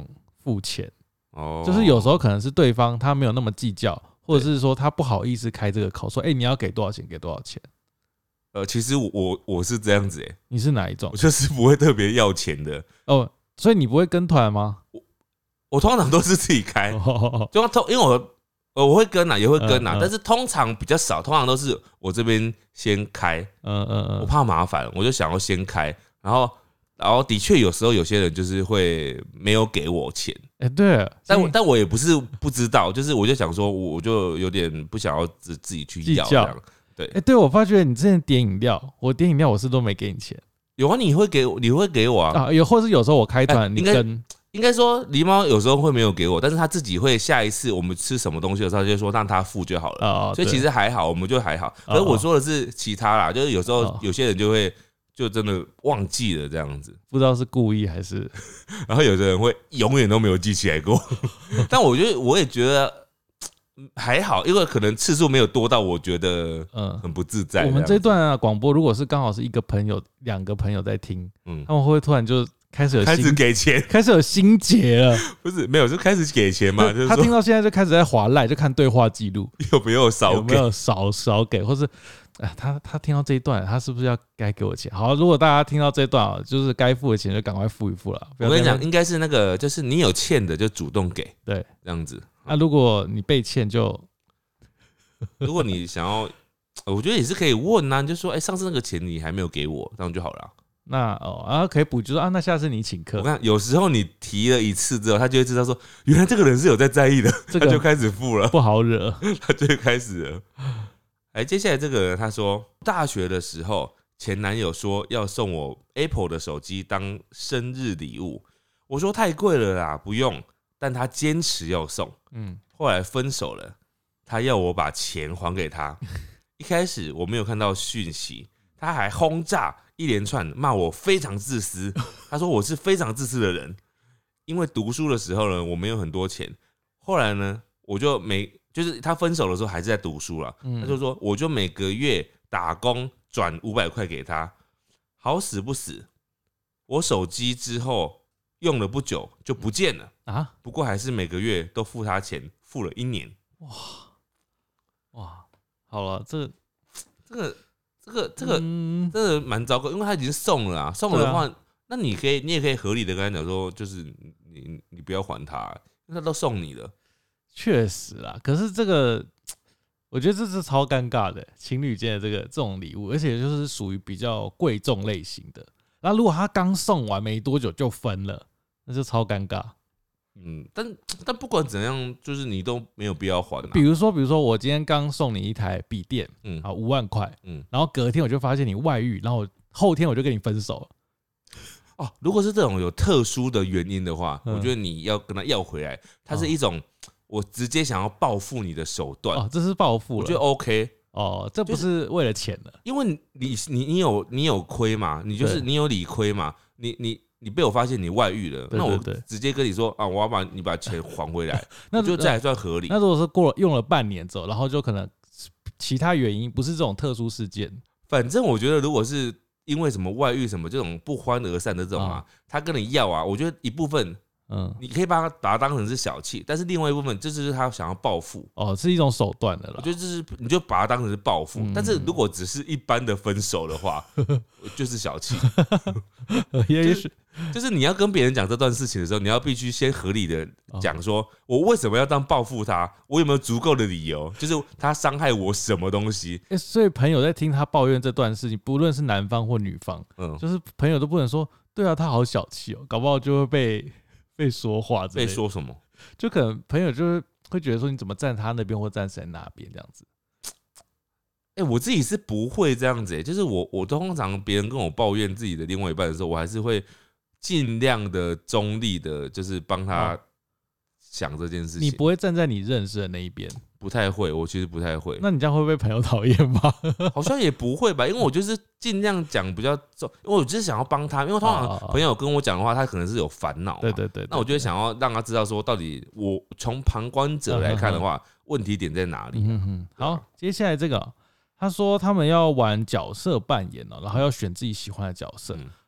付钱。 哦， 就是有时候可能是对方他没有那么计较，或者是说他不好意思开这个口，说哎、欸、你要给多少钱给多少钱。 呃，其实我我我是这样子哎、欸， 你是哪一种？ 我就是不会特别要钱的哦，所以你不会跟团吗？ 我我通常都是自己开， 哦、 就通因为我我会跟啊，也会跟啊， 嗯嗯、 但是通常比较少，通常都是我这边先开，嗯嗯嗯，我怕麻烦，我就想要先开，然后然后的确有时候有些人就是会没有给我钱， 哎、欸、对， 但我但我也不是不知道，就是我就想说，我就有点不想要自自己去要这样。对， 哎、欸，对，我发觉你之前点饮料，我点饮料我是都没给你钱。 有啊，你会给你会给我啊？ 啊，有，或是有时候我开团，欸、你跟应该说狸猫有时候会没有给我，但是他自己会下一次我们吃什么东西的时候，就说让他付就好了。哦、所以其实还好，我们就还好。可是我说的是其他啦，就是有时候有些人就会就真的忘记了这样子， 不知道是故意还是， 然后有的人会永远都没有记起来过。但我觉得我也觉得。还好，因为可能次数没有多到我觉得很不自在。 嗯、我们这段啊广播，如果是刚好是一个朋友、两个朋友在听，嗯，他们会不会突然就开始有开始给钱， 开始有心结了？ 不是，没有，就开始给钱嘛。就是他听到现在就开始在滑赖，就看对话记录有没有少给， 有没有少少给，或是哎，他他听到这一段，他是不是要该给我钱？好，如果大家听到这一段啊，就是该付的钱就赶快付一付了。 我跟你讲，应该是那个，就是你有欠的就主动给， 对， 这样子。 那、啊、如果你被欠就。 如果你想要，我觉得也是可以问啊，你就说，哎、欸，上次那个钱你还没有给我，这样就好了。 那哦，然后可以补，就说啊，那下次你请客。 我看有时候你提了一次之后，他就会知道说，原来这个人是有在在意的，这个、他就开始付了， 不好惹， 他就开始了。哎，接下来这个人他说，大学的时候前男友说要送我 Apple 的手机当生日礼物，我说太贵了啦，不用，但他坚持要送，嗯，后来分手了。他要我把钱还给他，一开始我没有看到讯息，他还轰炸一连串骂我非常自私。他说我是非常自私的人，因为读书的时候呢，我没有很多钱。后来呢，我就每就是他分手的时候还是在读书啦，他就说我就每个月打工转五百块给他，好死不死，我手机之后用了不久就不见了啊。不过还是每个月都付他钱，付了一年。哇！ 哇，好了，这个、 这个、这个、这个，真的蛮糟糕，因为他已经送了啊，送了的话，啊、那你可以，你也可以合理的跟他讲说，就是你你不要还他，因为他都送你了。 确实啦，可是这个，我觉得这是超尴尬的，情侣间的这个这种礼物，而且就是属于比较贵重类型的。那如果他刚送完没多久就分了，那就超尴尬。 嗯，但但不管怎样，就是你都没有必要还、啊。 比如说，比如说我今天刚送你一台笔电，嗯，啊五万块，嗯，然后隔天我就发现你外遇，然后后天我就跟你分手了。 哦，如果是这种有特殊的原因的话，嗯、我觉得你要跟他要回来，它是一种我直接想要报复你的手段。 哦，这是报复， 我觉得 OK。 哦，这不是为了钱的， 因为你你你有你有亏嘛，你就是你有理亏嘛，你你。你被我发现你外遇了，对对对，那我直接跟你说啊，我要把你把钱还回来，那我觉得这还算合理。 那如果是过了用了半年之后，然后就可能其他原因，不是这种特殊事件， 反正我觉得如果是因为什么外遇什么这种不欢而散的这种啊，嗯、他跟你要啊，我觉得一部分。嗯，你可以把他把他当成是小气，但是另外一部分这就是他想要报复哦，是一种手段的啦。 我觉得这是你就把他当成是报复，嗯、但是如果只是一般的分手的话，就是小气。也许就是你要跟别人讲这段事情的时候，你要必须先合理的讲说，我为什么要当报复他，我有没有足够的理由，就是他伤害我什么东西。 欸、所以朋友在听他抱怨这段事情，不论是男方或女方，嗯，就是朋友都不能说，对啊，他好小气哦，搞不好就会被。被说话之类的， 被说什么？ 就可能朋友就会会觉得说你怎么站他那边或站谁那边这样子。 哎、欸，我自己是不会这样子、欸，就是我我通常别人跟我抱怨自己的另外一半的时候，我还是会尽量的中立的，就是帮他想这件事情。 你不会站在你认识的那一边？ 不太会，我其实不太会。 那你这样会被朋友讨厌吗？ 好像也不会吧，因为我就是尽量讲比较重，因为我就是想要帮他。因为通常朋友跟我讲的话，他可能是有烦恼， 对对对。 那我就会想要让他知道说，到底我从旁观者来看的话，问题点在哪里、啊嗯嗯。好，接下来这个，他说他们要玩角色扮演哦，然后要选自己喜欢的角色，嗯、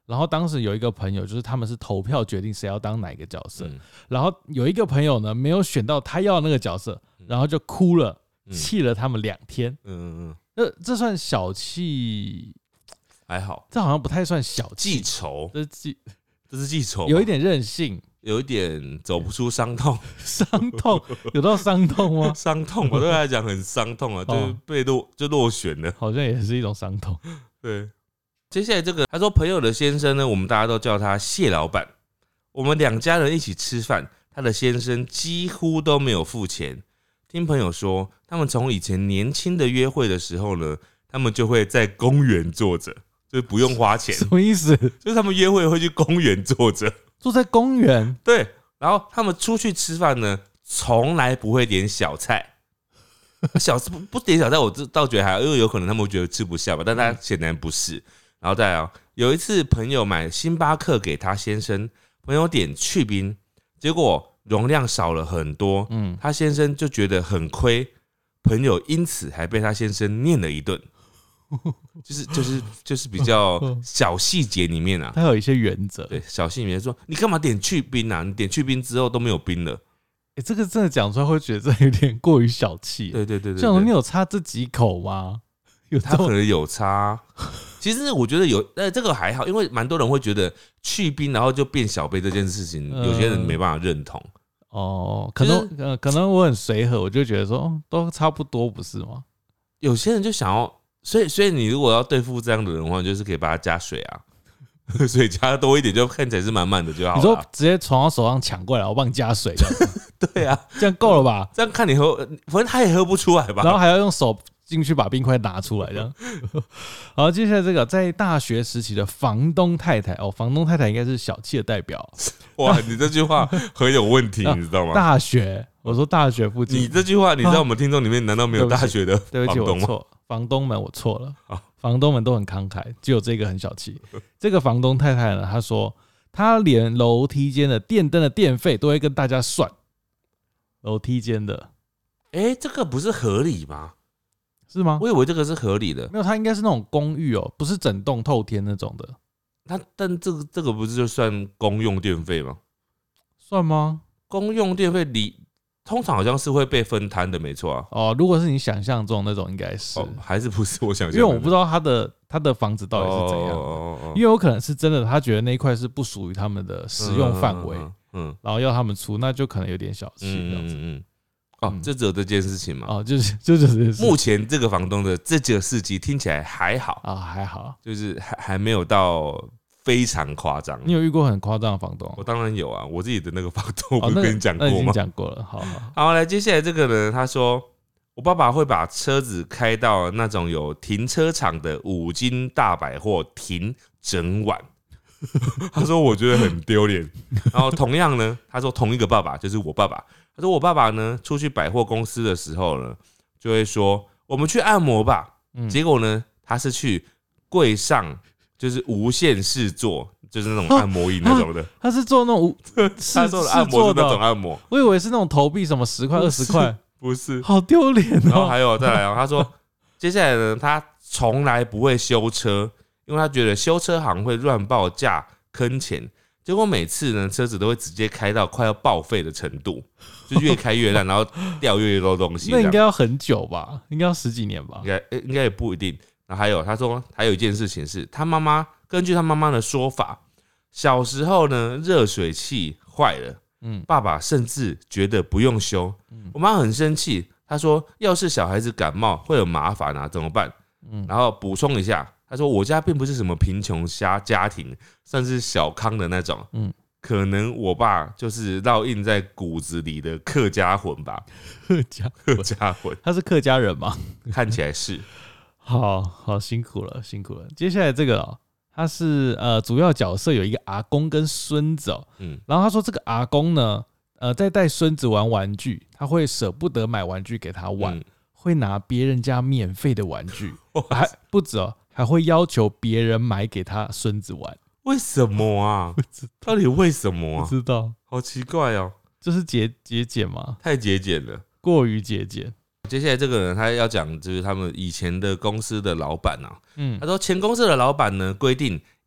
然后当时有一个朋友，就是他们是投票决定谁要当哪一个角色， 嗯、 然后有一个朋友呢没有选到他要的那个角色，然后就哭了，气了他们两天。嗯嗯嗯，这这算小气？ 还好， 这好像不太算小气， 记仇， 这是记， 这是记仇， 有一点任性， 有一点走不出伤痛， 伤痛有到伤痛吗？ 伤痛吧，对他来讲很伤痛啊，就是被落就落选了， 好像也是一种伤痛。 对，接下来这个他说朋友的先生呢，我们大家都叫他谢老板。我们两家人一起吃饭，他的先生几乎都没有付钱。听朋友说，他们从以前年轻的约会的时候呢，他们就会在公园坐着。就是不用花钱， 什么意思？ 就是他们约会会去公园坐着， 坐在公园。 对，然后他们出去吃饭呢，从来不会点小菜。小不不点小菜，我倒觉得还好，因为有可能他们会觉得吃不下吧，但他显然不是。然后再来、哦，有一次朋友买星巴克给他先生，朋友点去冰，结果容量少了很多，嗯，他先生就觉得很亏，朋友因此还被他先生念了一顿。就是就是就是比较小细节里面啊， 它有一些原则。 对，小细节里面说，你干嘛点去冰啊？你点去冰之后都没有冰了。 哎、欸，这个真的讲出来会觉得这有点过于小气。 对对对对， 像你有差这几口吗？有他可能有差。其实我觉得有，呃，这个还好，因为蛮多人会觉得去冰然后就变小杯这件事情，有些人没办法认同。 哦，可能、就是呃、可能我很随和，我就觉得说、哦、都差不多，不是吗？ 有些人就想要。所以，所以你如果要对付这样的人的话，就是可以把它加水啊，水加多一点，就看起来是满满的就好了。 你说直接从他手上抢过来，我帮你加水，这样对啊， 这样够了吧？ 这样看你喝，反正他也喝不出来吧？ 然后还要用手进去把冰块拿出来，这样。好，接下来这个在大学时期的房东太太哦，房东太太应该是小气的代表。 哇，你这句话很有问题，你知道吗？ 大学，我说大学附近， 你这句话，你知道我们听众里面难道没有大学的对不起， 房东吗？ 我错，房东们我错了，房东们都很慷慨，只有这个很小气。这个房东太太呢，她说她连楼梯间的电灯的电费都会跟大家算，楼梯间的， 哎、欸，这个不是合理吗？ 是吗？ 我以为这个是合理的， 没有，它应该是那种公寓哦，不是整栋透天那种的。 它但这个这个不是就算公用电费吗？ 算吗？ 公用电费里通常好像是会被分摊的，没错啊。 哦，如果是你想象中那种，应该是、哦， 还是不是我想象的？ 因为我不知道他的他的房子到底是怎样的，哦哦哦哦因为有可能是真的，他觉得那一块是不属于他们的使用范围，嗯, 嗯, 嗯，然后要他们出，那就可能有点小气这样子。嗯嗯哦，这只有这件事情嘛？ 哦，就是就是这件事。 目前这个房东的这几个事迹听起来还好啊、哦，还好， 就是还还没有到非常夸张。 你有遇过很夸张的房东？ 我当然有啊，我自己的那个房东，我不是跟你讲过吗？ 哦、已经讲过了。好好， 好，来，接下来这个呢，他说我爸爸会把车子开到那种有停车场的五金大百货停整晚。他说我觉得很丢脸。然后同样呢，他说同一个爸爸就是我爸爸。他说我爸爸呢出去百货公司的时候呢，就会说我们去按摩吧。嗯、结果呢，他是去柜上就是无限式做，就是那种按摩椅那种的。 他是做那种无， 他做的按摩是那种按摩。 我以为是那种投币什么十块二十块， 不是， 好丢脸哦。 然后还有再来、哦，他说接下来呢，他从来不会修车，因为他觉得修车行会乱报价坑钱。结果每次呢，车子都会直接开到快要报废的程度，就越开越烂，然后掉越多东西。 那应该要很久吧？应该要十几年吧？ 应该应该也不一定。然后还有，他说还有一件事情是，他妈妈根据他妈妈的说法，小时候呢热水器坏了，嗯，爸爸甚至觉得不用修。嗯、我妈很生气，她说要是小孩子感冒会有麻烦啊，怎么办？嗯，然后补充一下。他说：“我家并不是什么贫穷家家庭，算是小康的那种。嗯，可能我爸就是烙印在骨子里的客家魂吧。 客家客家魂， 他是客家人吗？ 看起来是。 好好辛苦了，辛苦了。接下来这个、哦，他是呃主要角色有一个阿公跟孙子哦。嗯，然后他说这个阿公呢，呃，在带孙子玩玩具，他会舍不得买玩具给他玩，嗯、会拿别人家免费的玩具，还不止哦。”还会要求别人买给他孙子玩， 为什么啊？到底为什么啊？ 不知道， 好奇怪哦。 这是节节俭吗？ 太节俭了， 过于节俭。 接下来这个人他要讲就是他们以前的公司的老板啊，嗯，他说前公司的老板呢规定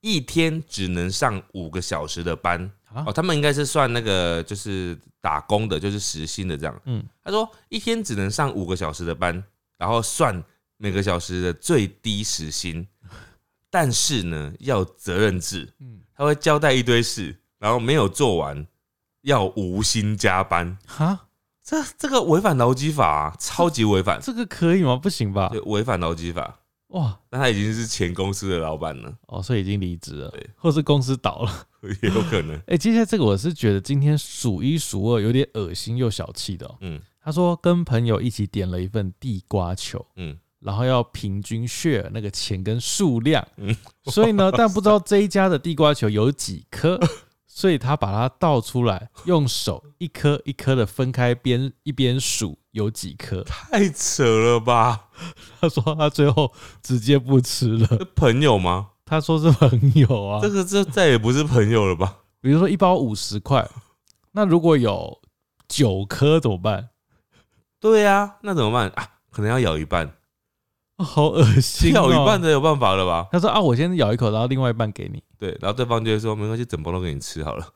一天只能上五个小时的班。 啊、 哦，他们应该是算那个就是打工的，就是时薪的这样。嗯，他说一天只能上五个小时的班，然后算每个小时的最低时薪，但是呢要责任制，嗯，他会交代一堆事，然后没有做完要无薪加班。 哈， 这这个违反劳基法啊，超级违反。 这个可以吗？不行吧？ 对，违反劳基法。哇，那他已经是前公司的老板了， 哦，所以已经离职了，对，或是公司倒了， 也有可能。 哎、欸，接下来这个我是觉得今天数一数二，有点恶心又小气的、喔。嗯，他说跟朋友一起点了一份地瓜球，嗯，然后要平均 share 那个钱跟数量，嗯，所以呢，但不知道这一家的地瓜球有几颗。所以他把它倒出来，用手一颗一颗的分开边一边数有几颗， 太扯了吧？ 他说他最后直接不吃了。 朋友吗？ 他说是朋友啊， 这个这再也不是朋友了吧？ 比如说一包五十块，那如果有九颗怎么办？ 对啊，那怎么办啊？可能要咬一半。 好恶心、喔！ 咬一半的有办法了吧？ 他说啊，我先咬一口，然后另外一半给你。 对，然后对方就会说没关系，整包都给你吃好了。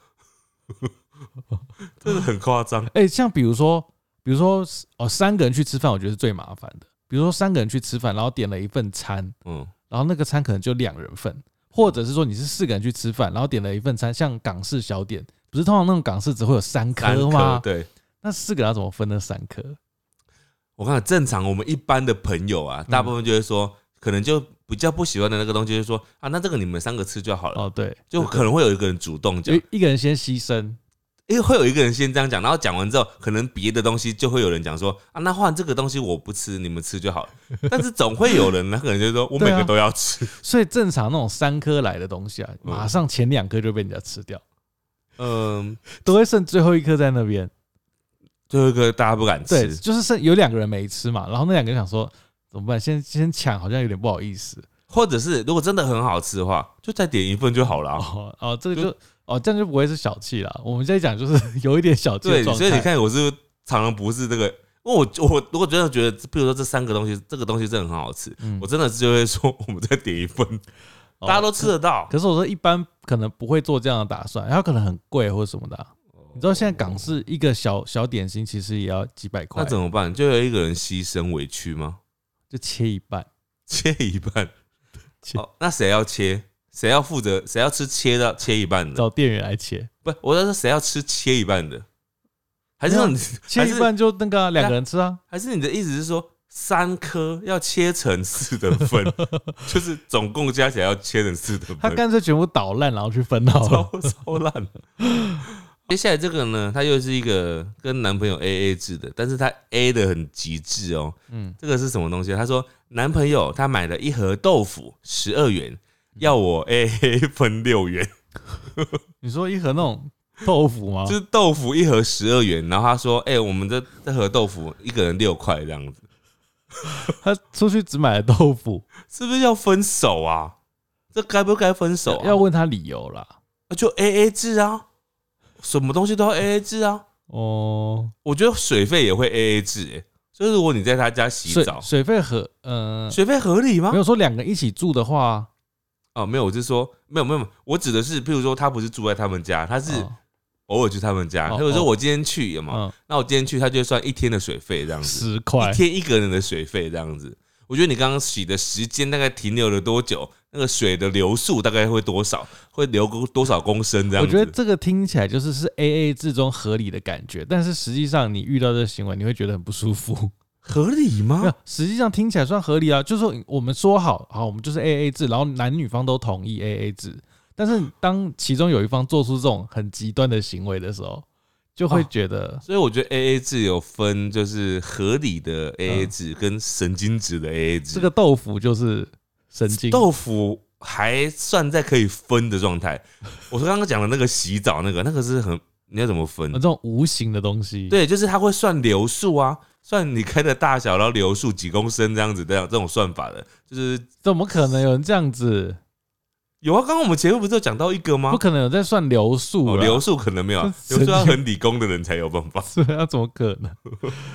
真的很夸张。 哎，像比如说，比如说哦，三个人去吃饭，我觉得是最麻烦的。比如说三个人去吃饭，然后点了一份餐，嗯，然后那个餐可能就两人份，或者是说你是四个人去吃饭，然后点了一份餐，像港式小点，不是通常那种港式只会有三颗吗？ 对， 那四个人要怎么分那三颗？ 我看正常我们一般的朋友啊，大部分就会说，嗯、可能就比较不喜欢的那个东西，就是说啊，那这个你们三个吃就好了。 哦，对， 就可能会有一个人主动讲， 一个人先牺牲， 因为会有一个人先这样讲，然后讲完之后，可能别的东西就会有人讲说啊，那换这个东西我不吃，你们吃就好了。但是总会有人，那可能就是说我每个都要吃。啊、 所以正常那种三颗来的东西啊，马上前两颗就被人家吃掉，嗯，都会剩最后一颗在那边。 最后一个大家不敢吃， 对，就是剩有两个人没吃嘛，然后那两个人想说怎么办？先先抢，好像有点不好意思。 或者是如果真的很好吃的话，就再点一份就好了、啊。 哦哦，这个就哦，这样就不会是小气了。我们现在讲就是有一点小气的状态。 对，所以你看我是常常不是这个，因为我我如果真的觉得，比如说这三个东西，这个东西真的很好吃，嗯、我真的是就会说我们再点一份，大家都吃得到。 可, 可是我说一般可能不会做这样的打算，它可能很贵或者什么的、啊。你知道现在港式一个小小点心其实也要几百块， 那怎么办？就有一个人牺牲委屈吗？ 就切一半， 切一半。哦，那谁要切？谁要负责？谁要吃切到切一半的？ 找店员来切。 不，我在说谁要吃切一半的？还是说你切一半就那个两、啊、个人吃啊？ 还是你的意思是说三颗要切成四的份，就是总共加起来要切成四的份？ 他干脆全部捣烂，然后去分好了， 超超烂。接下来这个呢，它又是一个跟男朋友 A A 制的，但是他 A 的很极致哦。嗯，这个是什么东西？他说男朋友他买了一盒豆腐十二元，要我 A A 分六元。 你说一盒那种豆腐吗？ 就是豆腐一盒十二元，然后他说：“哎、欸，我们这这盒豆腐一个人六块这样子。” 他出去只买了豆腐， 是不是要分手啊？这该不该分手、啊？ 要问他理由啦。 就 A A 制啊。什么东西都要 A A 制啊！哦，我觉得水费也会 A A 制、欸，就是如果你在他家洗澡， 水费合呃， 水费合理吗？ 没有说两个人一起住的话， 哦，没有，我是说没有没有，我指的是，譬如说他不是住在他们家，他是偶尔去他们家，或者说我今天去有没有？那我今天去，他就算一天的水费这样子， 十块， 一天一个人的水费这样子。我觉得你刚刚洗的时间大概停留了多久？那个水的流速大概会多少？会流多少公升这样子？ 我觉得这个听起来就是是 A A 制中合理的感觉，但是实际上你遇到这个行为，你会觉得很不舒服。 合理吗？ 没有，实际上听起来算合理啊。就是说我们说好，好，我们就是 A A 制，然后男女方都同意 A A 制，但是当其中有一方做出这种很极端的行为的时候，就会觉得、 哦，所以我觉得 A A 制有分，就是合理的 A A 制跟神经质的 A A 制。 这个豆腐就是神经， 豆腐还算在可以分的状态。我说刚刚讲的那个洗澡那个，那个是很你要怎么分？ 这种无形的东西， 对，就是它会算流速啊，算你开的大小，然后流速几公升这样子的这种算法的，就是怎么可能有人这样子？ 有啊，刚刚我们前面不是有讲到一个吗？ 不可能有在算流速、 哦，流速可能没有、啊，流速要很理工的人才有办法。 是啊，怎么可能？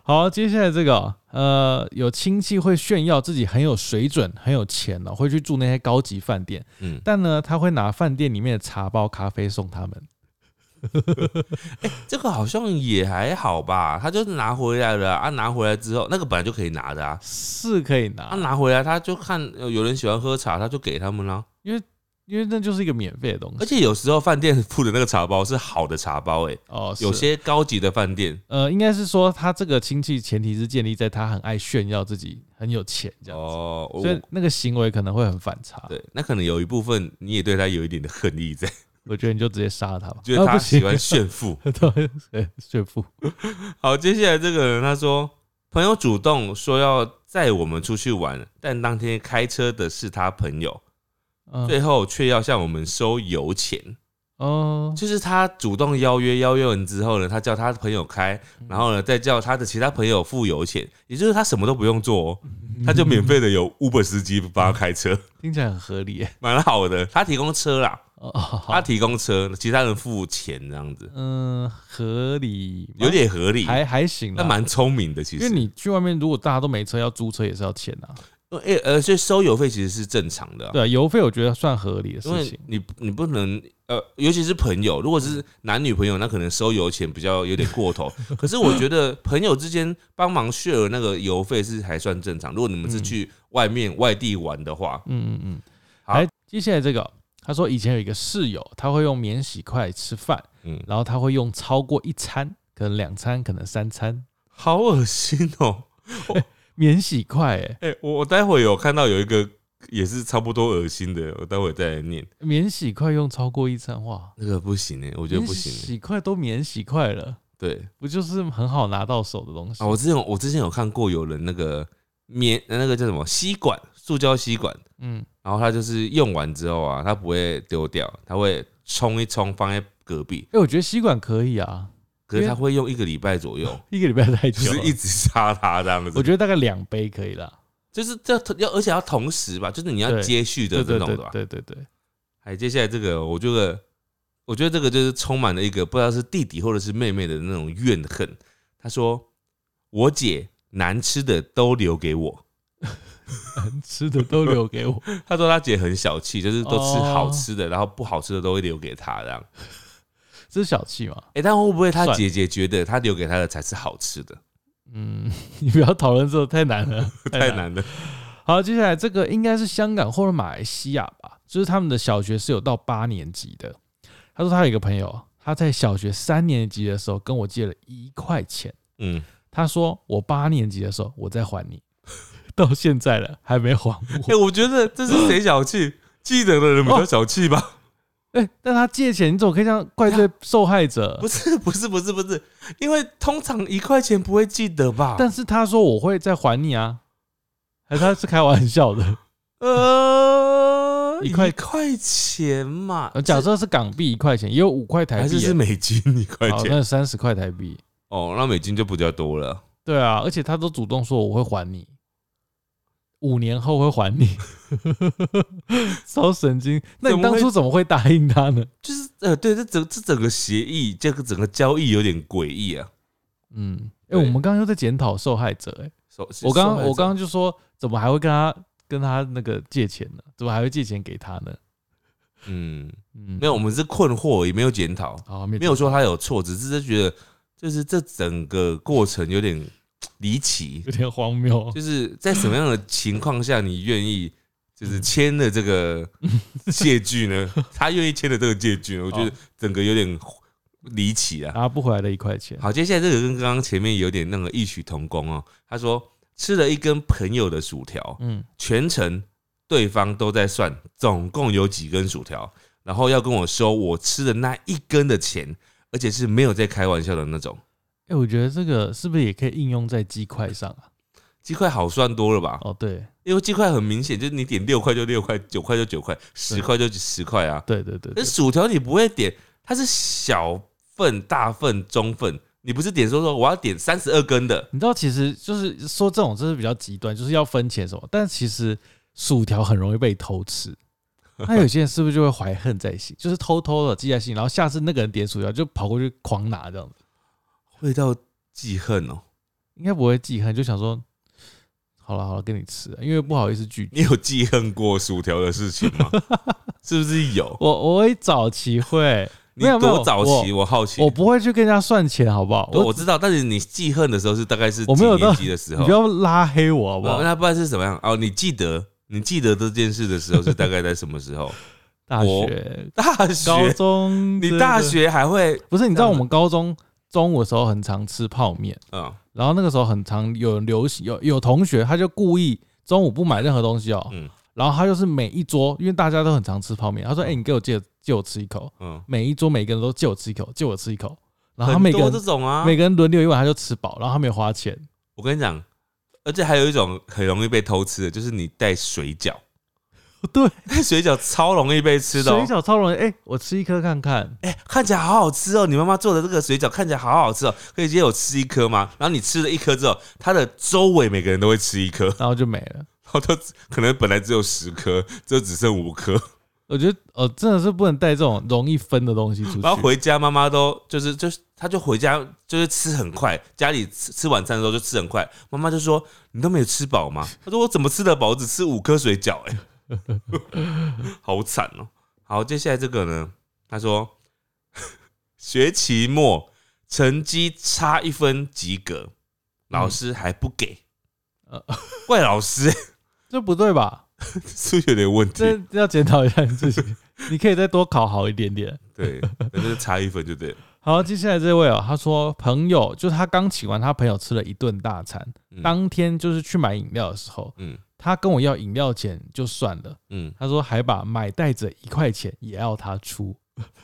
好，接下来这个、哦、呃，有亲戚会炫耀自己很有水准、很有钱哦，会去住那些高级饭店。嗯，但呢，他会拿饭店里面的茶包、咖啡送他们。 欸、这个好像也还好吧，他就是拿回来了 啊, 啊，拿回来之后，那个本来就可以拿的啊， 是可以拿。 他、啊、拿回来，他就看有人喜欢喝茶，他就给他们啦， 因为。因为那就是一个免费的东西， 而且有时候饭店附的那个茶包是好的茶包、欸，哎，哦，有些高级的饭店， 呃，应该是说他这个亲戚前提是建立在他很爱炫耀自己很有钱这样子，哦，所以那个行为可能会很反差。 对，那可能有一部分你也对他有一点的恨意在。 我觉得你就直接杀他吧， 觉得他喜欢炫富， 对，炫富。 好，接下来这个人他说，朋友主动说要载我们出去玩，但当天开车的是他朋友。最后却要向我们收油钱哦，就是他主动邀约，邀约完之后呢，他叫他朋友开，然后呢再叫他的其他朋友付油钱，也就是他什么都不用做、哦，他就免费的有 Uber 司机帮他开车， 听起来很合理耶， 蛮好的。他提供车啦，他提供车，其他人付钱这样子， 嗯，合理， 有点合理， 还还行， 那蛮聪明的其实。 因为你去外面，如果大家都没车，要租车也是要钱啊。 欸、呃，所以收油费其实是正常的、啊。 对，油费我觉得算合理的事情。 因为你你不能呃，尤其是朋友，如果是男女朋友，那可能收油钱比较有点过头。可是我觉得朋友之间帮忙 share 那个油费是还算正常。如果你们是去外面、嗯、外地玩的话， 嗯嗯嗯。好，接下来这个，他说以前有一个室友，他会用免洗筷吃饭，嗯，然后他会用超过一餐，可能两餐，可能三餐， 好恶心哦。 免洗筷，哎、 欸，我我待会有看到有一个也是差不多恶心的，我待会再来念。 免洗筷用超过一餐，哇， 那个不行哎、欸，我觉得不行、欸。 免洗筷都免洗筷了， 对， 不就是很好拿到手的东西啊？ 我之前我之前有看过有人那个免那个叫什么吸管，塑胶吸管，嗯，然后他就是用完之后啊，他不会丢掉，他会冲一冲放在隔壁。 哎、欸，我觉得吸管可以啊。 可是他会用一个礼拜左右， 一个礼拜太久了， 就是一直杀他这样子。 我觉得大概两杯可以啦， 就是这要而且要同时吧，就是你要接续的这种的吧。 对对对对。 哎，接下来这个，我觉得，我觉得这个就是充满了一个不知道是弟弟或者是妹妹的那种怨恨。他说：“我姐难吃的都留给我， 难吃的都留给我。” 他说他姐很小气，就是都吃好吃的，然后不好吃的都会留给他这样。 这是小气嘛？ 哎、欸，但会不会他姐姐觉得他留给他的才是好吃的？ 嗯，你不要讨论这个，太难了， 太难了。 好，接下来这个应该是香港或者马来西亚吧，就是他们的小学是有到八年级的。他说他有一个朋友，他在小学三年级的时候跟我借了一块钱，嗯，他说我八年级的时候我再还你，到现在了还没还我。 哎、欸，我觉得这是谁小气？记得的人比较小气吧。哦哎、欸，但他借钱，你怎么可以这样怪罪受害者？ 不是，不是，不是，不是，因为通常一块钱不会记得吧？ 但是他说我会再还你啊，还是他是开玩笑的？ 呃，一块一块钱嘛， 假设是港币一块钱，也有五块台币， 还是是美金一块钱？ 那三十块台币。 哦，那美金就比较多了。 对啊，而且他都主动说我会还你。五年后会还你，超神经。那你当初怎么会答应他呢？ 就是呃，对，这整这整个协议，这个整个交易有点诡异啊。 嗯，哎、欸，我们刚刚又在检讨受害者、欸，哎，我刚我刚刚就说，怎么还会跟他跟他那个借钱呢？怎么还会借钱给他呢？ 嗯嗯，没有，我们是困惑，也没有检讨，没有说他有错，只是觉得就是这整个过程有点离奇， 有点荒谬。 就是在什么样的情况下，你愿意就是签了这个借据呢？他愿意签了这个借据呢，我觉得整个有点离奇啊， 拿不回来的一块钱。 好，接下来这个跟刚刚前面有点那个异曲同工哦。他说吃了一根朋友的薯条，嗯，全程对方都在算总共有几根薯条，然后要跟我收我吃的那一根的钱，而且是没有在开玩笑的那种。 哎、欸，我觉得这个是不是也可以应用在鸡块上啊？ 鸡块好算多了吧？ 哦，对， 因为鸡块很明显，就是你点六块就六块，九块就九块，十块就十块啊。 对对 对, 對。 但薯条你不会点，它是小份、大份、中份，你不是点说说我要点三十二根的。 你知道，其实就是说这种就是比较极端，就是要分钱什么，但其实薯条很容易被偷吃。那有些人是不是就会怀恨在心，就是偷偷的记在心，然后下次那个人点薯条就跑过去狂拿这样子。 会到记恨哦， 应该不会记恨，就想说好了好了，跟你吃，因为不好意思拒绝。 你有记恨过薯条的事情吗？是不是有？ 我我会早期会。 你多早期？我好奇。 我不会去跟人家算钱，好不好？ 我我知道，但是你记恨的时候是大概是几年级的时候？ 你不要拉黑我，好不好？ 那不然是什么样？哦，你记得你记得这件事的时候是大概在什么时候？ 大学、 大学、 高中。 你大学还会？ 不是，你知道我们高中中午的时候很常吃泡面，嗯，然后那个时候很常有流行，有有同学他就故意中午不买任何东西哦，嗯。然后他就是每一桌，因为大家都很常吃泡面，他说：“哎、欸，你给我借借我吃一口。”嗯，每一桌每个人都借我吃一口，借我吃一口。然后他每个人这种啊， 每个人轮流一碗，他就吃饱，然后他没有花钱。 我跟你讲，而且还有一种很容易被偷吃的，就是你带水饺。 对， 水饺超容易被吃的、 哦，水饺超容易。哎、欸，我吃一颗看看， 哎、欸，看起来好好吃哦！你妈妈做的这个水饺看起来好好吃哦，可以借我吃一颗吗？然后你吃了一颗之后，它的周围每个人都会吃一颗， 然后就没了。 然后都可能本来只有十颗，就只剩五颗。 我觉得哦，真的是不能带这种容易分的东西出去。 然后回家，妈妈都就是就是，他就回家就是吃很快，家里吃吃晚餐的时候就吃很快。妈妈就说：“你都没有吃饱吗？”他说：“我怎么吃得饱？我只吃五颗水饺、欸，哎，好惨哦。”好，接下来这个呢，他说学期末成绩差一分及格，老师还不给。怪老师、欸， 这不对吧？ 是不是有点问题？ 这要检讨一下你自己，你可以再多考好一点点。 对，就是差一分就对了。 好，接下来这位哦，他说朋友就是他刚请完他朋友吃了一顿大餐，嗯、当天就是去买饮料的时候，嗯，他跟我要饮料钱就算了，嗯，他说还把买袋子一块钱也要他出。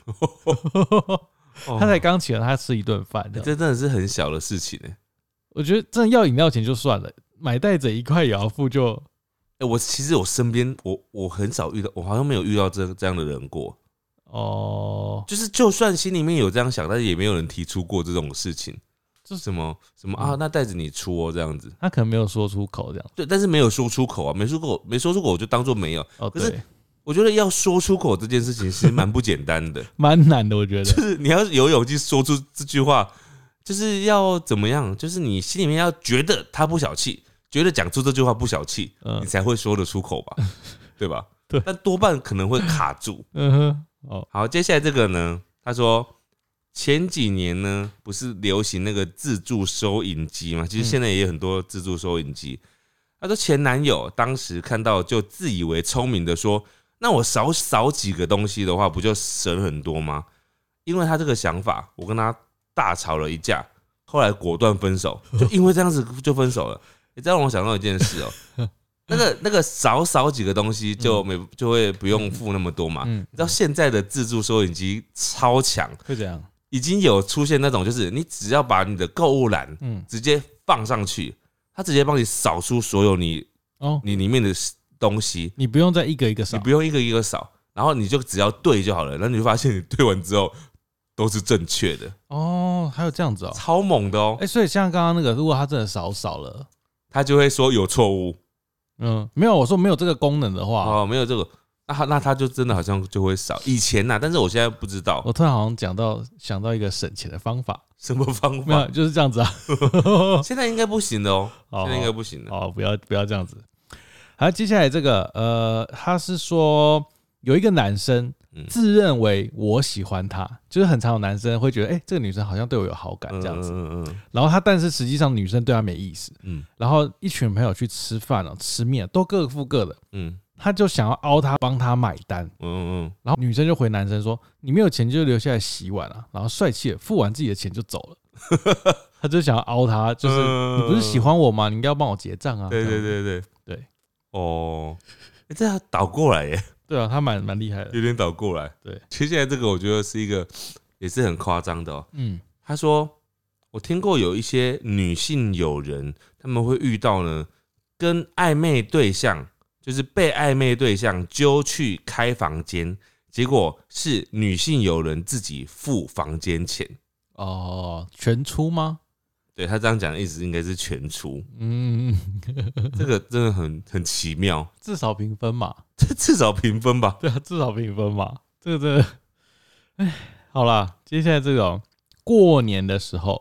他才刚请了他吃一顿饭、欸， 这真的是很小的事情哎、欸。 我觉得真的要饮料钱就算了，买袋子一块也要付就， 哎、欸，我其实我身边我我很少遇到，我好像没有遇到这这样的人过。哦，就是就算心里面有这样想，但是也没有人提出过这种事情，就是什么什么啊，那袋子你出哦这样子， 他可能没有说出口这样， 对，但是没有说出口啊，没说口没说出口我就当做没有。哦，可是我觉得要说出口这件事情是蛮不简单的， 蛮难的，我觉得， 就是你要有勇气说出这句话。就是要怎么样？就是你心里面要觉得他不小气，觉得讲出这句话不小气，嗯、你才会说得出口吧，对吧？ 对， 但多半可能会卡住。嗯哼，哦，好，接下来这个呢？他说前几年呢，不是流行那个自助收银机嘛？其实现在也有很多自助收银机。他说前男友当时看到就自以为聪明的说：“那我少扫几个东西的话，不就省很多吗？”因为他这个想法，我跟他大吵了一架，后来果断分手，就因为这样子就分手了。你、欸、这让我想到一件事哦、喔，那个那个少少几个东西就没就会不用付那么多嘛。你知道现在的自助收银机超强， 会怎样？ 已经有出现那种，就是你只要把你的购物篮直接放上去，它直接帮你扫出所有你哦你里面的东西， 你不用再一个一个扫， 你不用一个一个扫，然后你就只要对就好了。然后你就发现你对完之后。都是正确的哦，还有这样子哦， 超猛的哦！ 哎、欸，所以像刚刚那个，如果他真的少少了， 他就会说有错误。 嗯，没有，我说没有这个功能的话， 哦，没有这个，那他那他就真的好像就会少。以前呐、啊，但是我现在不知道。 我突然好像讲到想到一个省钱的方法， 什么方法？ 没有，就是这样子啊。 现在应该不行的哦，现在应该不行的。 哦，不要不要这样子。好，接下来这个，呃，他是说有一个男生。自认为我喜欢他，就是很常有男生会觉得，哎、欸，这个女生好像对我有好感这样子。嗯嗯然后他，但是实际上女生对他没意思。嗯。然后一群朋友去吃饭了，吃面都各付各的。嗯。他就想要凹他，帮他买单。嗯嗯。然后女生就回男生说：“你没有钱就留下来洗碗啊。”然后帅气的付完自己的钱就走了。他就想要凹他，就是你不是喜欢我吗？你应该要帮我结账啊。 对对对对对。 哦，欸、这样倒过来耶。 对啊，他蛮蛮厉害的， 有点倒过来。 对， 其实现在这个我觉得是一个也是很夸张的哦。嗯，他说我听过有一些女性友人，他们会遇到呢，跟暧昧对象就是被暧昧对象揪去开房间，结果是女性友人自己付房间钱。 哦，全出吗？ 对，他这样讲的意思应该是全出。嗯，这个真的很很奇妙。 至少评分嘛， 这至少评分吧。 对啊，至少评分嘛。这个真的，哎，好啦，接下来这个、喔、过年的时候，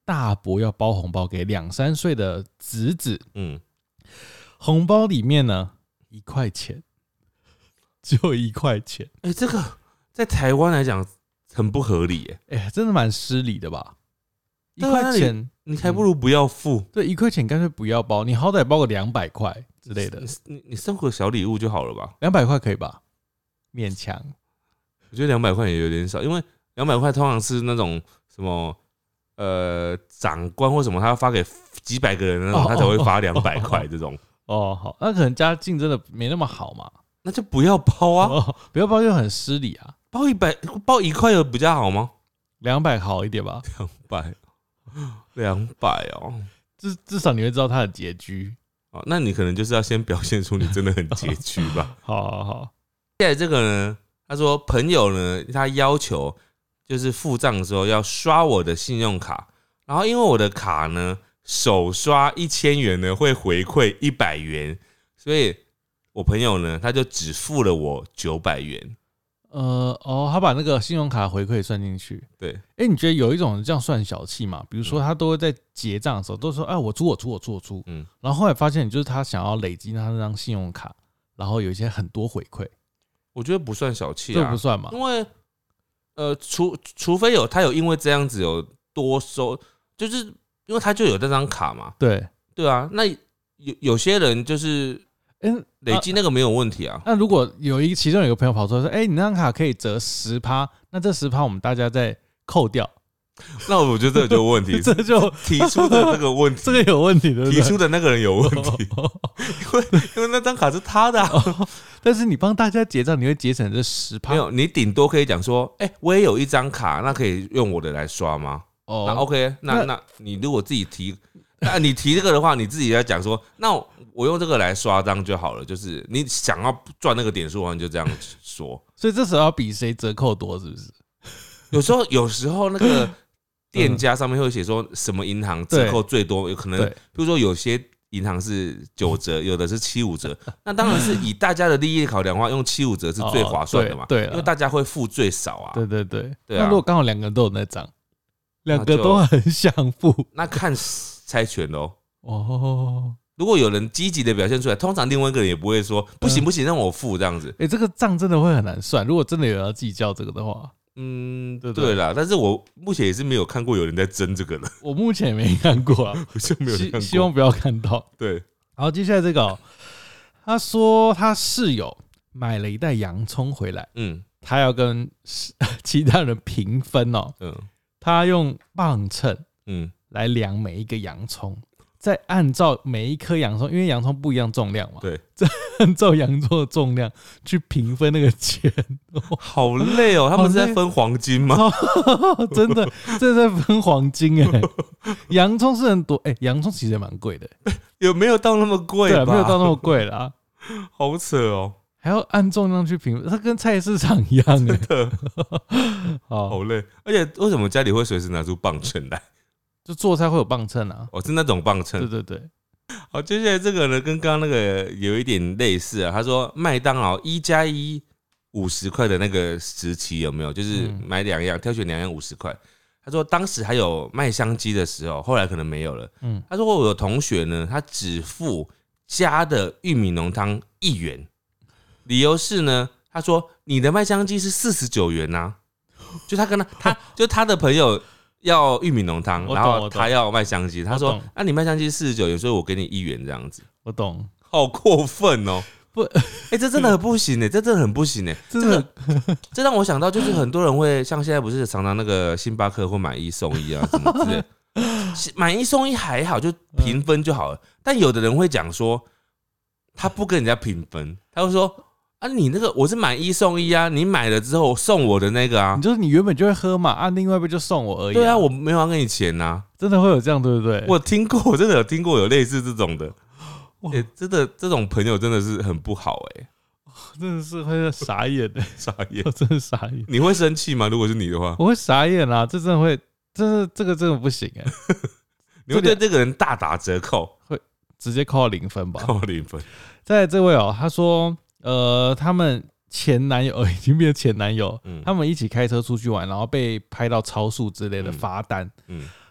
大伯要包红包给两三岁的侄子， 嗯， 红包里面呢一块钱，就一块钱， 哎、欸，这个在台湾来讲很不合理耶， 哎、欸，真的蛮失礼的吧？一啊块钱， 你还不如不要付。嗯、 对，一块钱干脆不要包，你好歹包个两百块之类的， 你你你送个小礼物就好了吧？ 两百块可以吧？勉强。 我觉得两百块也有点少，因为两百块通常是那种什么呃长官或什么，他要发给几百个人那种，他才会发两百块这种。 哦，好，那可能家境真的没那么好嘛， 那就不要包啊， 哦、不要包就很失礼啊。 包一百，包一块有比较好吗？ 两百好一点吧。 两百，两百哦， 至至少你会知道他的拮据。 哦，那你可能就是要先表现出你真的很拮据吧。 好好好。 接下来这个呢，他说朋友呢，他要求就是付账的时候要刷我的信用卡，然后因为我的卡呢首刷一千元呢会回馈一百元，所以我朋友呢他就只付了我九百元。 呃哦，他把那个信用卡回馈算进去。 对， 哎、欸，你觉得有一种这样算小气吗？比如说他都会在结账的时候都说，哎，我出我出我出我出，嗯，然后后来发现就是他想要累积他那张信用卡，然后有一些很多回馈。 我觉得不算小气啊， 这不算嘛？ 因为呃，除除非有他有因为这样子有多收，就是因为他就有这张卡嘛。 对对啊，那有有些人就是嗯累积那个没有问题啊。 欸、那如果有一其中有一个朋友跑出来说，哎、欸，你那张卡可以折十趴，那这十趴我们大家再扣掉。 那我觉得这个就有问题， 这就提出的这个问题， 这个有问题，对不对？ 提出的那个人有问题，因为因为那张卡是他的、啊哦， 但是你帮大家结账，你会节省这十趴。 没有，你顶多可以讲说，哎、欸，我也有一张卡，那可以用我的来刷吗？哦，那 OK， 那那, 那你如果自己提，那你提这个的话，你自己要讲说，那我用这个来刷张就好了，就是你想要赚那个点数的话，你就这样说。 所以这时候要比谁折扣多，是不是？ 有时候有时候那个。店家上面会写说什么银行折扣最多，有可能，比如说有些银行是九折，有的是七五折，那当然是以大家的利益考量的话，用七五折是最划算的嘛，对，因为大家会付最少啊。 对对对， 对啊。 那如果刚好两个人都有那张，两个都很想付， 那看猜拳喽。 哦， 如果有人积极的表现出来，通常另外一个人也不会说不行不行，让我付这样子。 哎，这个账真的会很难算，如果真的有人要计较这个的话。 嗯，对对啦，但是我目前也是没有看过有人在争这个的。 我目前也没看过啊， 我就没有看过， 希望不要看到。 对， 然后接下来这个、喔，他说他室友买了一袋洋葱回来，嗯，他要跟其他人平分哦、喔，嗯，他用磅秤，嗯，来量每一个洋葱。再按照每一颗洋葱，因为洋葱不一样重量嘛， 对， 再按照洋葱的重量去平分那个钱， 好累哦！他们是在分黄金吗？ 真的，这在分黄金哎、欸！洋葱是很多哎、欸，洋葱其实也蛮贵的、欸， 有没有到那么贵？ 对，没有到那么贵啦， 好扯哦！ 还要按重量去平分，它跟菜市场一样哎、欸， 真的，好累。而且为什么家里会随时拿出磅秤来？ 就做菜会有磅秤啊， 哦，是那种磅秤。 对对对。 好，接下来这个呢，跟刚刚那个有一点类似啊。他说麦当劳一加一五十块的那个时期有没有？就是买两样，挑选两样五十块。他说当时还有麦香鸡的时候，后来可能没有了。嗯，他说我有同学呢，他只付加的玉米浓汤一元，理由是呢，他说你的麦香鸡是四十九元呐，就他跟他他就他的朋友。要玉米浓汤，然后他要麦香鸡。他说：“那、啊、你麦香鸡四十九元，所以我给你一元这样子。” 我懂， 好过分哦！不，哎、欸，这真的很不行哎、欸，这真的很不行哎、欸。这个，这让我想到，就是很多人会像现在不是常常那个星巴克会买一送一啊什么之类的，买一送一还好，就平分就好了。但有的人会讲说，他不跟人家平分，他会说。啊，你那个我是买一送一啊，你买了之后送我的那个啊， 你就是你原本就会喝嘛，啊，另外一杯就送我而已、啊。 对啊，我没有要给你钱呐、啊， 真的会有这样，对不对？ 我听过，我真的有听过有类似这种的，欸、真的这种朋友真的是很不好哎、 欸，真的是会傻眼的、欸， 傻眼， 真的傻眼。 你会生气吗？如果是你的话， 我会傻眼啊，这真的会，这这个真的不行哎、欸， 你会对这个人大打折扣， 会直接扣到零分吧？ 扣到零分。 再来这位哦、喔，他说，呃，他们。前男友、哦、已经变成前男友、嗯，他们一起开车出去玩，然后被拍到超速之类的罚单、嗯嗯，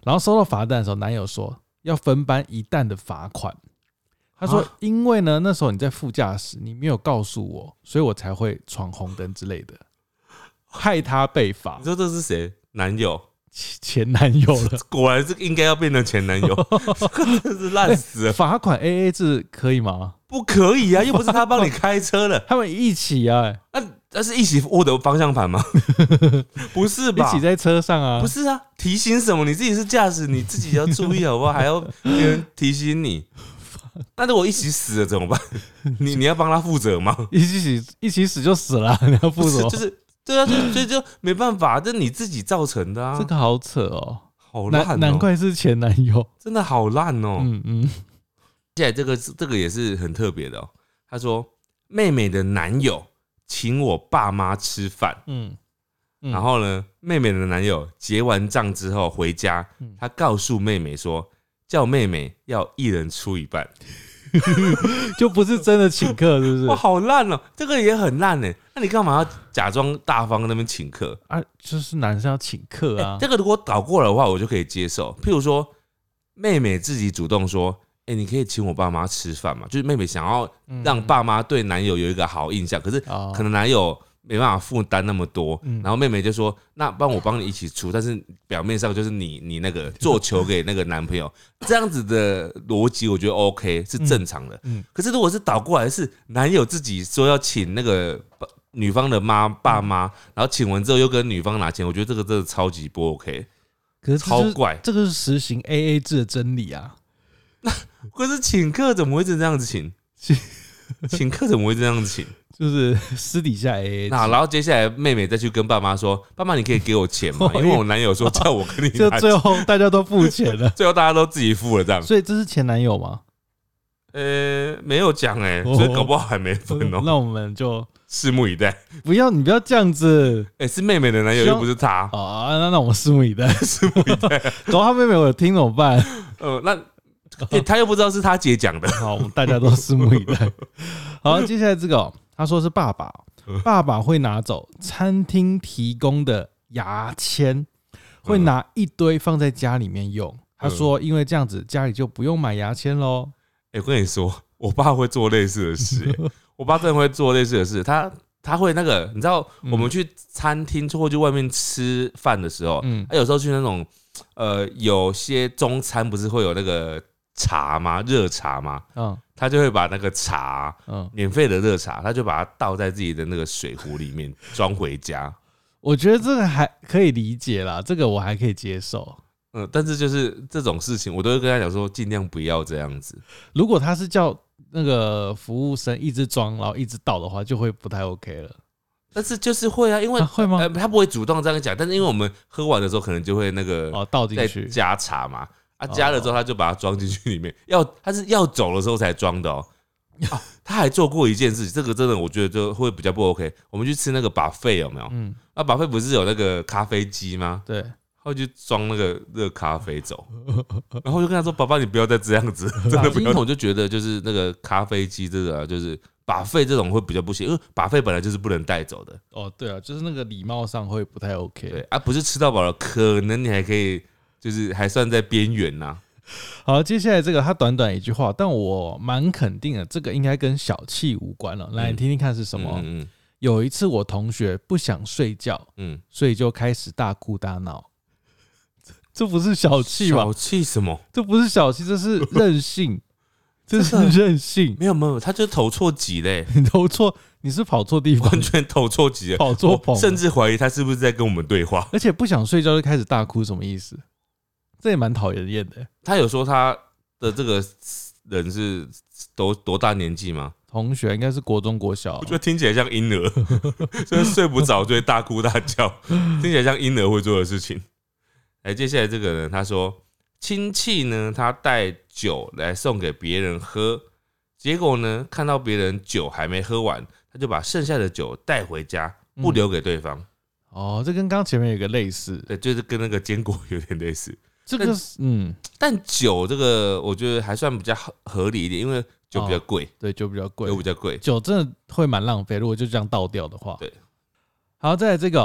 然后收到罚单的时候，男友说要分担一担的罚款。他说：“因为呢，那时候你在副驾驶，你没有告诉我，所以我才会闯红灯之类的，害他被罚。” 你说这是谁？男友？ 前男友了？ 果然是应该要变成前男友，真是烂死了。 罚款 A A 制可以吗？ 不可以啊，又不是他帮你开车的， 他们一起啊。 那、啊、那是一起握的方向盘吗？不是吧？ 一起在车上啊？ 不是啊，提醒什么？你自己是驾驶，你自己要注意好不好？还要别人提醒你。那如果一起死了怎么办？你你要帮他负责吗？ 一起死一起死就死了，你要负责？ 就是对啊，就所以就没办法，这是你自己造成的啊。 这个好扯哦， 好烂、哦难，难怪是前男友， 真的好烂哦。 嗯嗯， 接下来这个这个也是很特别的哦。他说妹妹的男友请我爸妈吃饭，嗯，嗯然后呢，妹妹的男友结完账之后回家，嗯、他告诉妹妹说。叫妹妹要一人出一半， 就不是真的请客，是不是？ 哇，好烂哦！这个也很烂哎。那你干嘛要假装大方那边请客啊？就是男生要请客啊。 欸、这个如果倒过来的话，我就可以接受。譬如说，妹妹自己主动说：“哎、欸，你可以请我爸妈吃饭嘛？”就是妹妹想要让爸妈对男友有一个好印象，可是可能男友没办法负担那么多，然后妹妹就说：“那帮我帮你一起出，但是表面上就是你你那个做球给那个男朋友，这样子的逻辑我觉得 OK 是正常的。可是如果是倒过来，是男友自己说要请那个女方的妈爸妈，然后请完之后又跟女方拿钱，我觉得这个真的超级不 OK， 可是超怪。 这个是实行 A A 制的真理啊。 那可是请客怎么会这样子请？请客怎么会这样子请？ 就是私底下 A A 制。 那然后接下来妹妹再去跟爸妈说：“爸妈，你可以给我钱吗？因为我男友说叫我跟你拿钱。” 就最后大家都付钱了， 最后大家都自己付了这样。 所以这是前男友吗？ 呃，没有讲哎，所以搞不好还没分哦。 那我们就拭目以待。 不要，你不要这样子。 哎，是妹妹的男友又不是他啊。那那我们拭目以待， 拭目以待。 搞他妹妹我有听怎么办？ 呃，那。欸、他又不知道是他姐讲的， 好，我们大家都拭目以待。好，接下来这个、喔，他说是爸爸，爸爸会拿走餐厅提供的牙签，会拿一堆放在家里面用。他说，因为这样子家里就不用买牙签喽。 哎、欸，我跟你说，我爸会做类似的事、欸，我爸真的会做类似的事。他他会那个，你知道，我们去餐厅或去外面吃饭的时候，嗯，他有时候去那种，呃，有些中餐不是会有那个。茶吗？热茶吗？嗯，他就会把那个茶，嗯，免费的热茶，他就把它倒在自己的那个水壶里面装回家。 我觉得这个还可以理解啦，这个我还可以接受。 嗯，但是就是这种事情，我都会跟他讲说，尽量不要这样子。 如果他是叫那个服务生一直装，然后一直倒的话，就会不太 OK 了。 但是就是会啊，因为、 啊、会吗、 呃？他不会主动这样讲，但是因为我们喝完的时候，可能就会那个哦倒进去加茶嘛。啊，加了之后他就把它装进去里面，要他是要走的时候才装的哦。啊，他还做过一件事情，这个真的我觉得就会比较不 OK。我们去吃那个 buffet 有没有？嗯，那 buffet 不是有那个咖啡机吗？ 对， 他就装那个热咖啡走，然后就跟他说：“爸爸，你不要再这样子，真的不要。”我就觉得就是那个咖啡机这个、啊、就是 buffet 这种会比较不行，因为 buffet 本来就是不能带走的。 哦，对啊，就是那个礼貌上会不太 OK。 对啊，不是吃到饱了，可能你还可以。就是还算在边缘呐。 好，接下来这个他短短一句话，但我蛮肯定的，这个应该跟小气无关了。来，你听听看是什么？嗯嗯嗯、有一次我同学不想睡觉，嗯，所以就开始大哭大闹。这不是小气吗？ 小气什么？ 这不是小气，这是任性。这是任性。 没有没有，他就投错集嘞。 你投错，你是跑错地方， 完全投错集了， 跑错棚， 甚至怀疑他是不是在跟我们对话。 而且不想睡觉就开始大哭，什么意思？这也蛮讨人厌的。 他有说他的这个人是多多大年纪吗？ 同学应该是国中国小、啊， 我觉得听起来像婴儿，就是睡不着就会大哭大叫，听起来像婴儿会做的事情。哎，接下来这个人他说，亲戚呢他带酒来送给别人喝，结果呢看到别人酒还没喝完，他就把剩下的酒带回家，不留给对方。嗯、 哦，这跟刚前面有一个类似， 对，就是跟那个坚果有点类似。 这个嗯， 但酒这个我觉得还算比较合理一点，因为酒比较贵、哦， 对，酒比较贵， 酒比较贵， 酒真的会蛮浪费，如果就这样倒掉的话。 对， 好，再来这个、哦，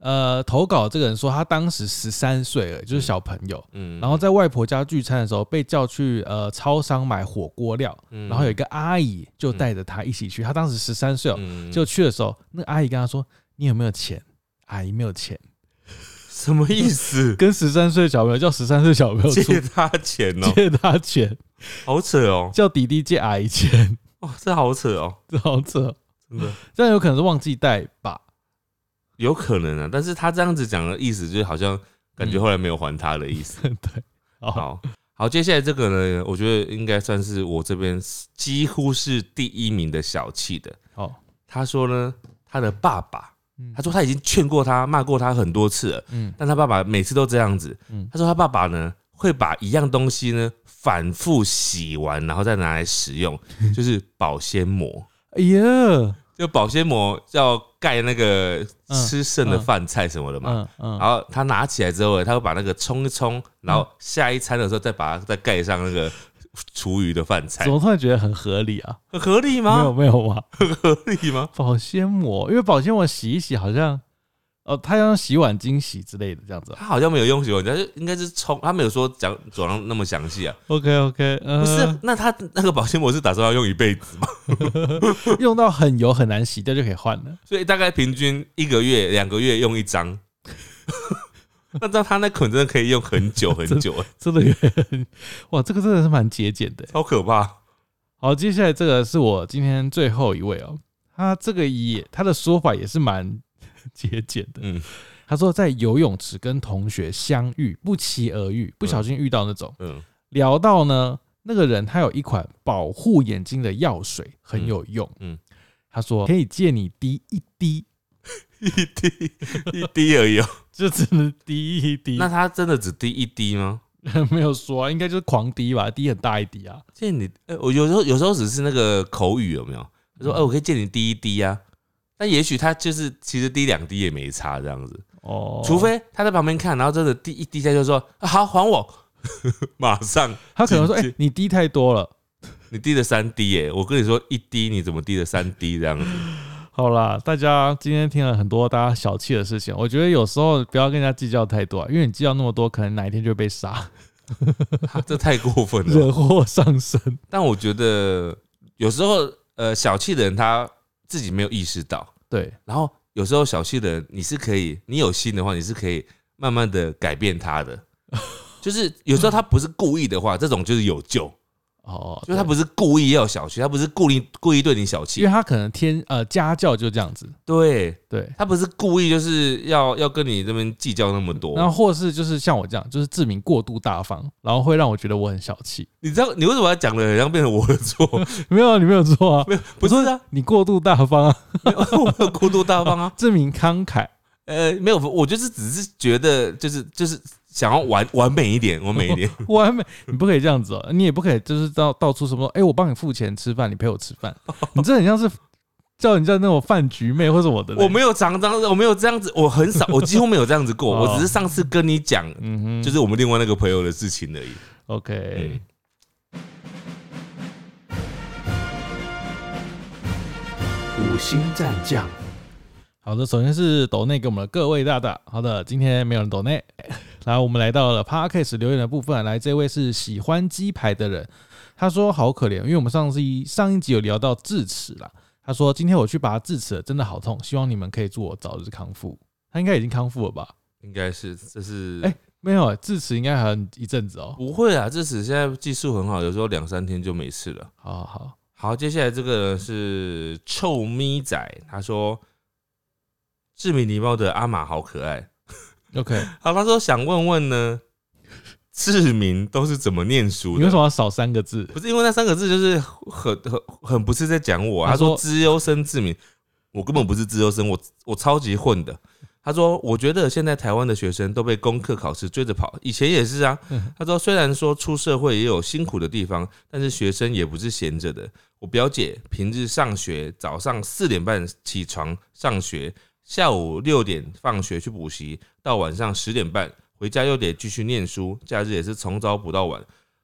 呃，投稿这个人说，他当时十三岁了，就是小朋友， 嗯， 然后在外婆家聚餐的时候，被叫去呃超商买火锅料， 嗯然后有一个阿姨就带着他一起去，他当时十三岁哦， 嗯就去的时候，那个阿姨跟他说：“你有没有钱？”阿姨没有钱， 什么意思？ 跟十三岁小朋友叫十三岁小朋友借他钱哦， 借他钱， 好扯哦， 叫弟弟借阿姨钱， 哇，这好扯哦， 这好扯， 真的。 这样有可能是忘记带吧。 有可能啊，但是他这样子讲的意思，就是好像感觉后来没有还他的意思。 嗯、对， 好好，接下来这个呢，我觉得应该算是我这边几乎是第一名的小气的。 好， 他说呢，他的爸爸， 嗯、 他说他已经劝过他、骂过他很多次了，嗯，但他爸爸每次都这样子。嗯，他说他爸爸呢会把一样东西呢反复洗完，然后再拿来使用，就是保鲜膜。 哎呀。 就保鲜膜要盖那个吃剩的饭菜什么的嘛，嗯嗯嗯、然后他拿起来之后，他会把那个冲一冲，然后下一餐的时候再把它再盖上那个厨余的饭菜。 怎么突然觉得很合理啊？ 很合理吗？ 没有没有啊， 很合理吗？ 保鲜膜，因为保鲜膜洗一洗好像。哦，他要用洗碗巾洗之类的，这样子。 他好像没有用洗碗巾，就应该是冲，他没有说讲走廊那么详细啊。 OK OK，、呃、 不是，那他那个保鲜膜是打算要用一辈子吗？ 用到很油很难洗掉就可以换了， 所以大概平均一个月、两个月用一张。那这样他那捆真的可以用很久很久， 真的很哇，这个真的是蛮节俭的， 超可怕。 好，接下来这个是我今天最后一位哦，他这个也他的说法也是蛮。节俭的，嗯，他说在游泳池跟同学相遇，不期而遇，不小心遇到那种，嗯，聊到呢，那个人他有一款保护眼睛的药水很有用，嗯，他说可以借你滴一滴， 一滴一滴而已， 就只能滴一滴。 那他真的只滴一滴吗？ 没有说啊，应该就是狂滴吧，滴很大一滴啊。 借你，欸、我有时候有时候只是那个口语有没有？他说，哎、欸，我可以借你滴一滴啊。但也许他就是其实滴两滴也没差这样子，哦，除非他在旁边看，然后真的滴一滴下就说、啊、好还我，马上他可能说，哎、欸，你滴太多了， 你滴了三滴耶，我跟你说一滴你怎么滴了三滴这样子。 好啦，大家今天听了很多大家小气的事情，我觉得有时候不要跟人家计较太多、啊，因为你计较那么多，可能哪一天就会被杀、 啊，这太过分了， 惹祸上身。 但我觉得有时候呃小气的人他自己没有意识到。对，然后有时候小气的人，你是可以，你有心的话，你是可以慢慢的改变他的。就是有时候他不是故意的话，这种就是有救。哦，就是他不是故意要小气，他不是故意故意对你小气， 因为他可能天呃家教就这样子。 对对， 他不是故意就是要要跟你这边计较那么多， 然后或是就是像我这样，就是志明过度大方，然后会让我觉得我很小气。 你知道你为什么要讲的好像变成我的错？ 没有，你没有错啊， 没有，不是啊， 你过度大方啊， 没有，我没有过度大方啊， 志明慷慨。 呃，没有，我就是只是觉得就是就是。想要完完美一点，完美一点， 完美，你不可以这样子哦，你也不可以就是到到处什么说，哎、欸，我帮你付钱吃饭，你陪我吃饭，你这很像是叫人家那种饭局妹或什么的。 我没有常常，我没有这样子，我很少，我几乎没有这样子过，我只是上次跟你讲，嗯、就是我们另外那个朋友的事情而已。 OK，、 嗯、五星战将。 好的，首先是抖内给我们的各位大大。好的，今天没有人抖内，然后我们来到了 Podcast 留言的部分。来，这位是喜欢鸡排的人，他说好可怜，因为我们上次上一集有聊到智齿啦。他说今天我去拔智齿了，真的好痛，希望你们可以祝我早日康复。他应该已经康复了吧？ 应该是，这是哎、欸，没有，智齿应该还有一阵子哦。 不会啊，智齿现在技术很好，有时候两三天就没事了。 好好好， 好，接下来这个是臭咪仔，他说。志明狸猫的阿玛好可爱 ，OK， 好，他说想问问呢，志明都是怎么念书的？ 你为什么要少三个字？ 不是因为那三个字就是很很很不是在讲我、啊。他说资优生志明，我根本不是资优生，我我超级混的。他说我觉得现在台湾的学生都被功课考试追着跑，以前也是啊。他说虽然说出社会也有辛苦的地方，但是学生也不是闲着的。我表姐平日上学，早上四点半起床上学。下午六点放学去补习，到晚上十点半回家又得继续念书，假日也是从早补到晚。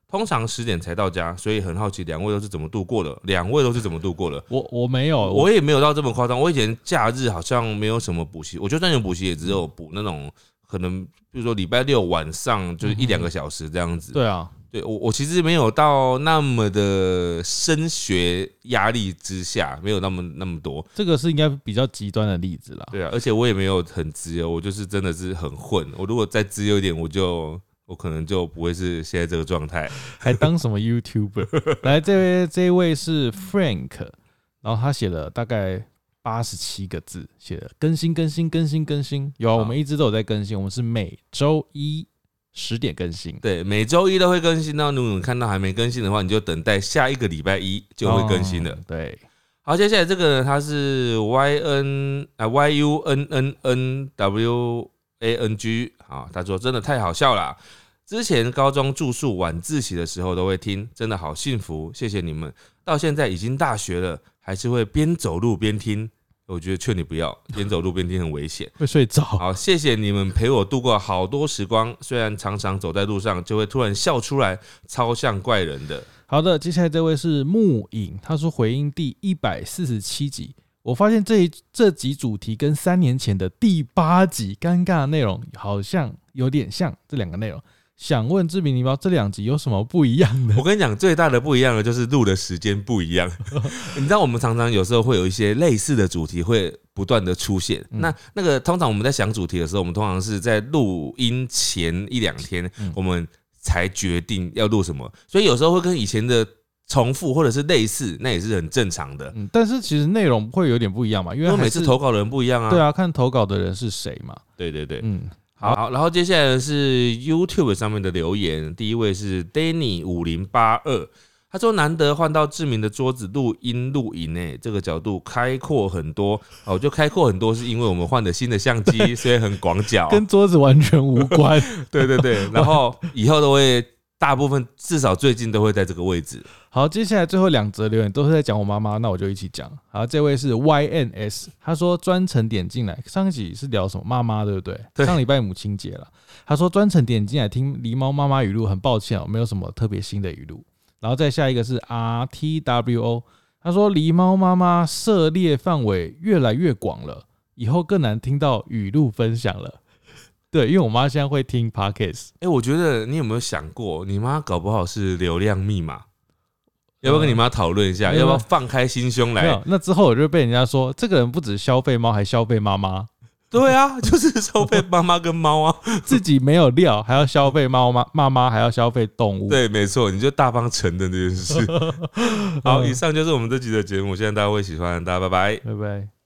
通常十点才到家，所以很好奇两位都是怎么度过的。两位都是怎么度过的？ 我我没有， 我也没有到这么夸张。我以前假日好像没有什么补习，我就算有补习，也只有补那种可能，比如说礼拜六晚上就是一两个小时这样子。 对啊， 对我我其实没有到那么的升学压力之下，没有那么那么多。 这个是应该比较极端的例子啦。 对啊，而且我也没有很自由，我就是真的是很混。我如果再自由一点，我就。我可能就不会是现在这个状态， 还当什么 YouTuber？ 来，这位这一位是 Frank， 然后他写了大概八十七个字，写了更新更新更新更新。有啊，我们一直都有在更新，我们是每周一十点更新。 对，每周一都会更新到。如果你看到还没更新的话，你就等待下一个礼拜一就会更新了。哦、 对， 好，接下来这个他是 Y N 啊 Y U N N N W A N G 啊，他说真的太好笑了。之前高中住宿晚自习的时候都会听，真的好幸福，谢谢你们。到现在已经大学了，还是会边走路边听。我觉得劝你不要边走路边听，很危险， 会睡着。 好，谢谢你们陪我度过好多时光，虽然常常走在路上就会突然笑出来，超像怪人的。 好的，接下来这位是木影，他说回应第一百四十七集。我发现这一这集主题跟三年前的第八集尴尬的内容好像有点像，这两个内容。想问志明狸猫这两集有什么不一样的？ 我跟你讲，最大的不一样的就是录的时间不一样。你知道我们常常有时候会有一些类似的主题会不断的出现。嗯、那那个通常我们在想主题的时候，我们通常是在录音前一两天，我们才决定要录什么，所以有时候会跟以前的重复或者是类似，那也是很正常的。 嗯，但是其实内容会有点不一样嘛，因为每次投稿的人不一样啊。 对啊，看投稿的人是谁嘛。 对对对， 嗯。 好, 好，然后接下来是 YouTube 上面的留言，第一位是 Danny 五零八二，他说难得换到志明的桌子录音录影诶，这个角度开阔很多。哦，就开阔很多是因为我们换了新的相机，所以很广角， 跟桌子完全无关。 对对对，然后以后都会大部分至少最近都会在这个位置。 好，接下来最后两则留言都是在讲我妈妈，那我就一起讲。好，这位是 Y N S， 他说专程点进来，上一集是聊什么妈妈，对不对？对，上礼拜母亲节了。他说专程点进来听狸猫妈妈语录，很抱歉，没有什么特别新的语录。然后再下一个是 R T W O， 他说狸猫妈妈涉猎范围越来越广了，以后更难听到语录分享了。对，因为我妈现在会听 Podcast。 哎、欸，我觉得你有没有想过，你妈搞不好是流量密码？要不要跟你妈讨论一下？要不要放开心胸来？ 没有，那之后我就被人家说，这个人不止消费猫，还消费妈妈。 对啊，就是消费妈妈跟猫啊， 自己没有料，还要消费猫妈，妈妈还要消费动物。 对，没错，你就大方承认这件事。好，以上就是我们这集的节目，希望大家会喜欢，大家拜拜， 拜拜。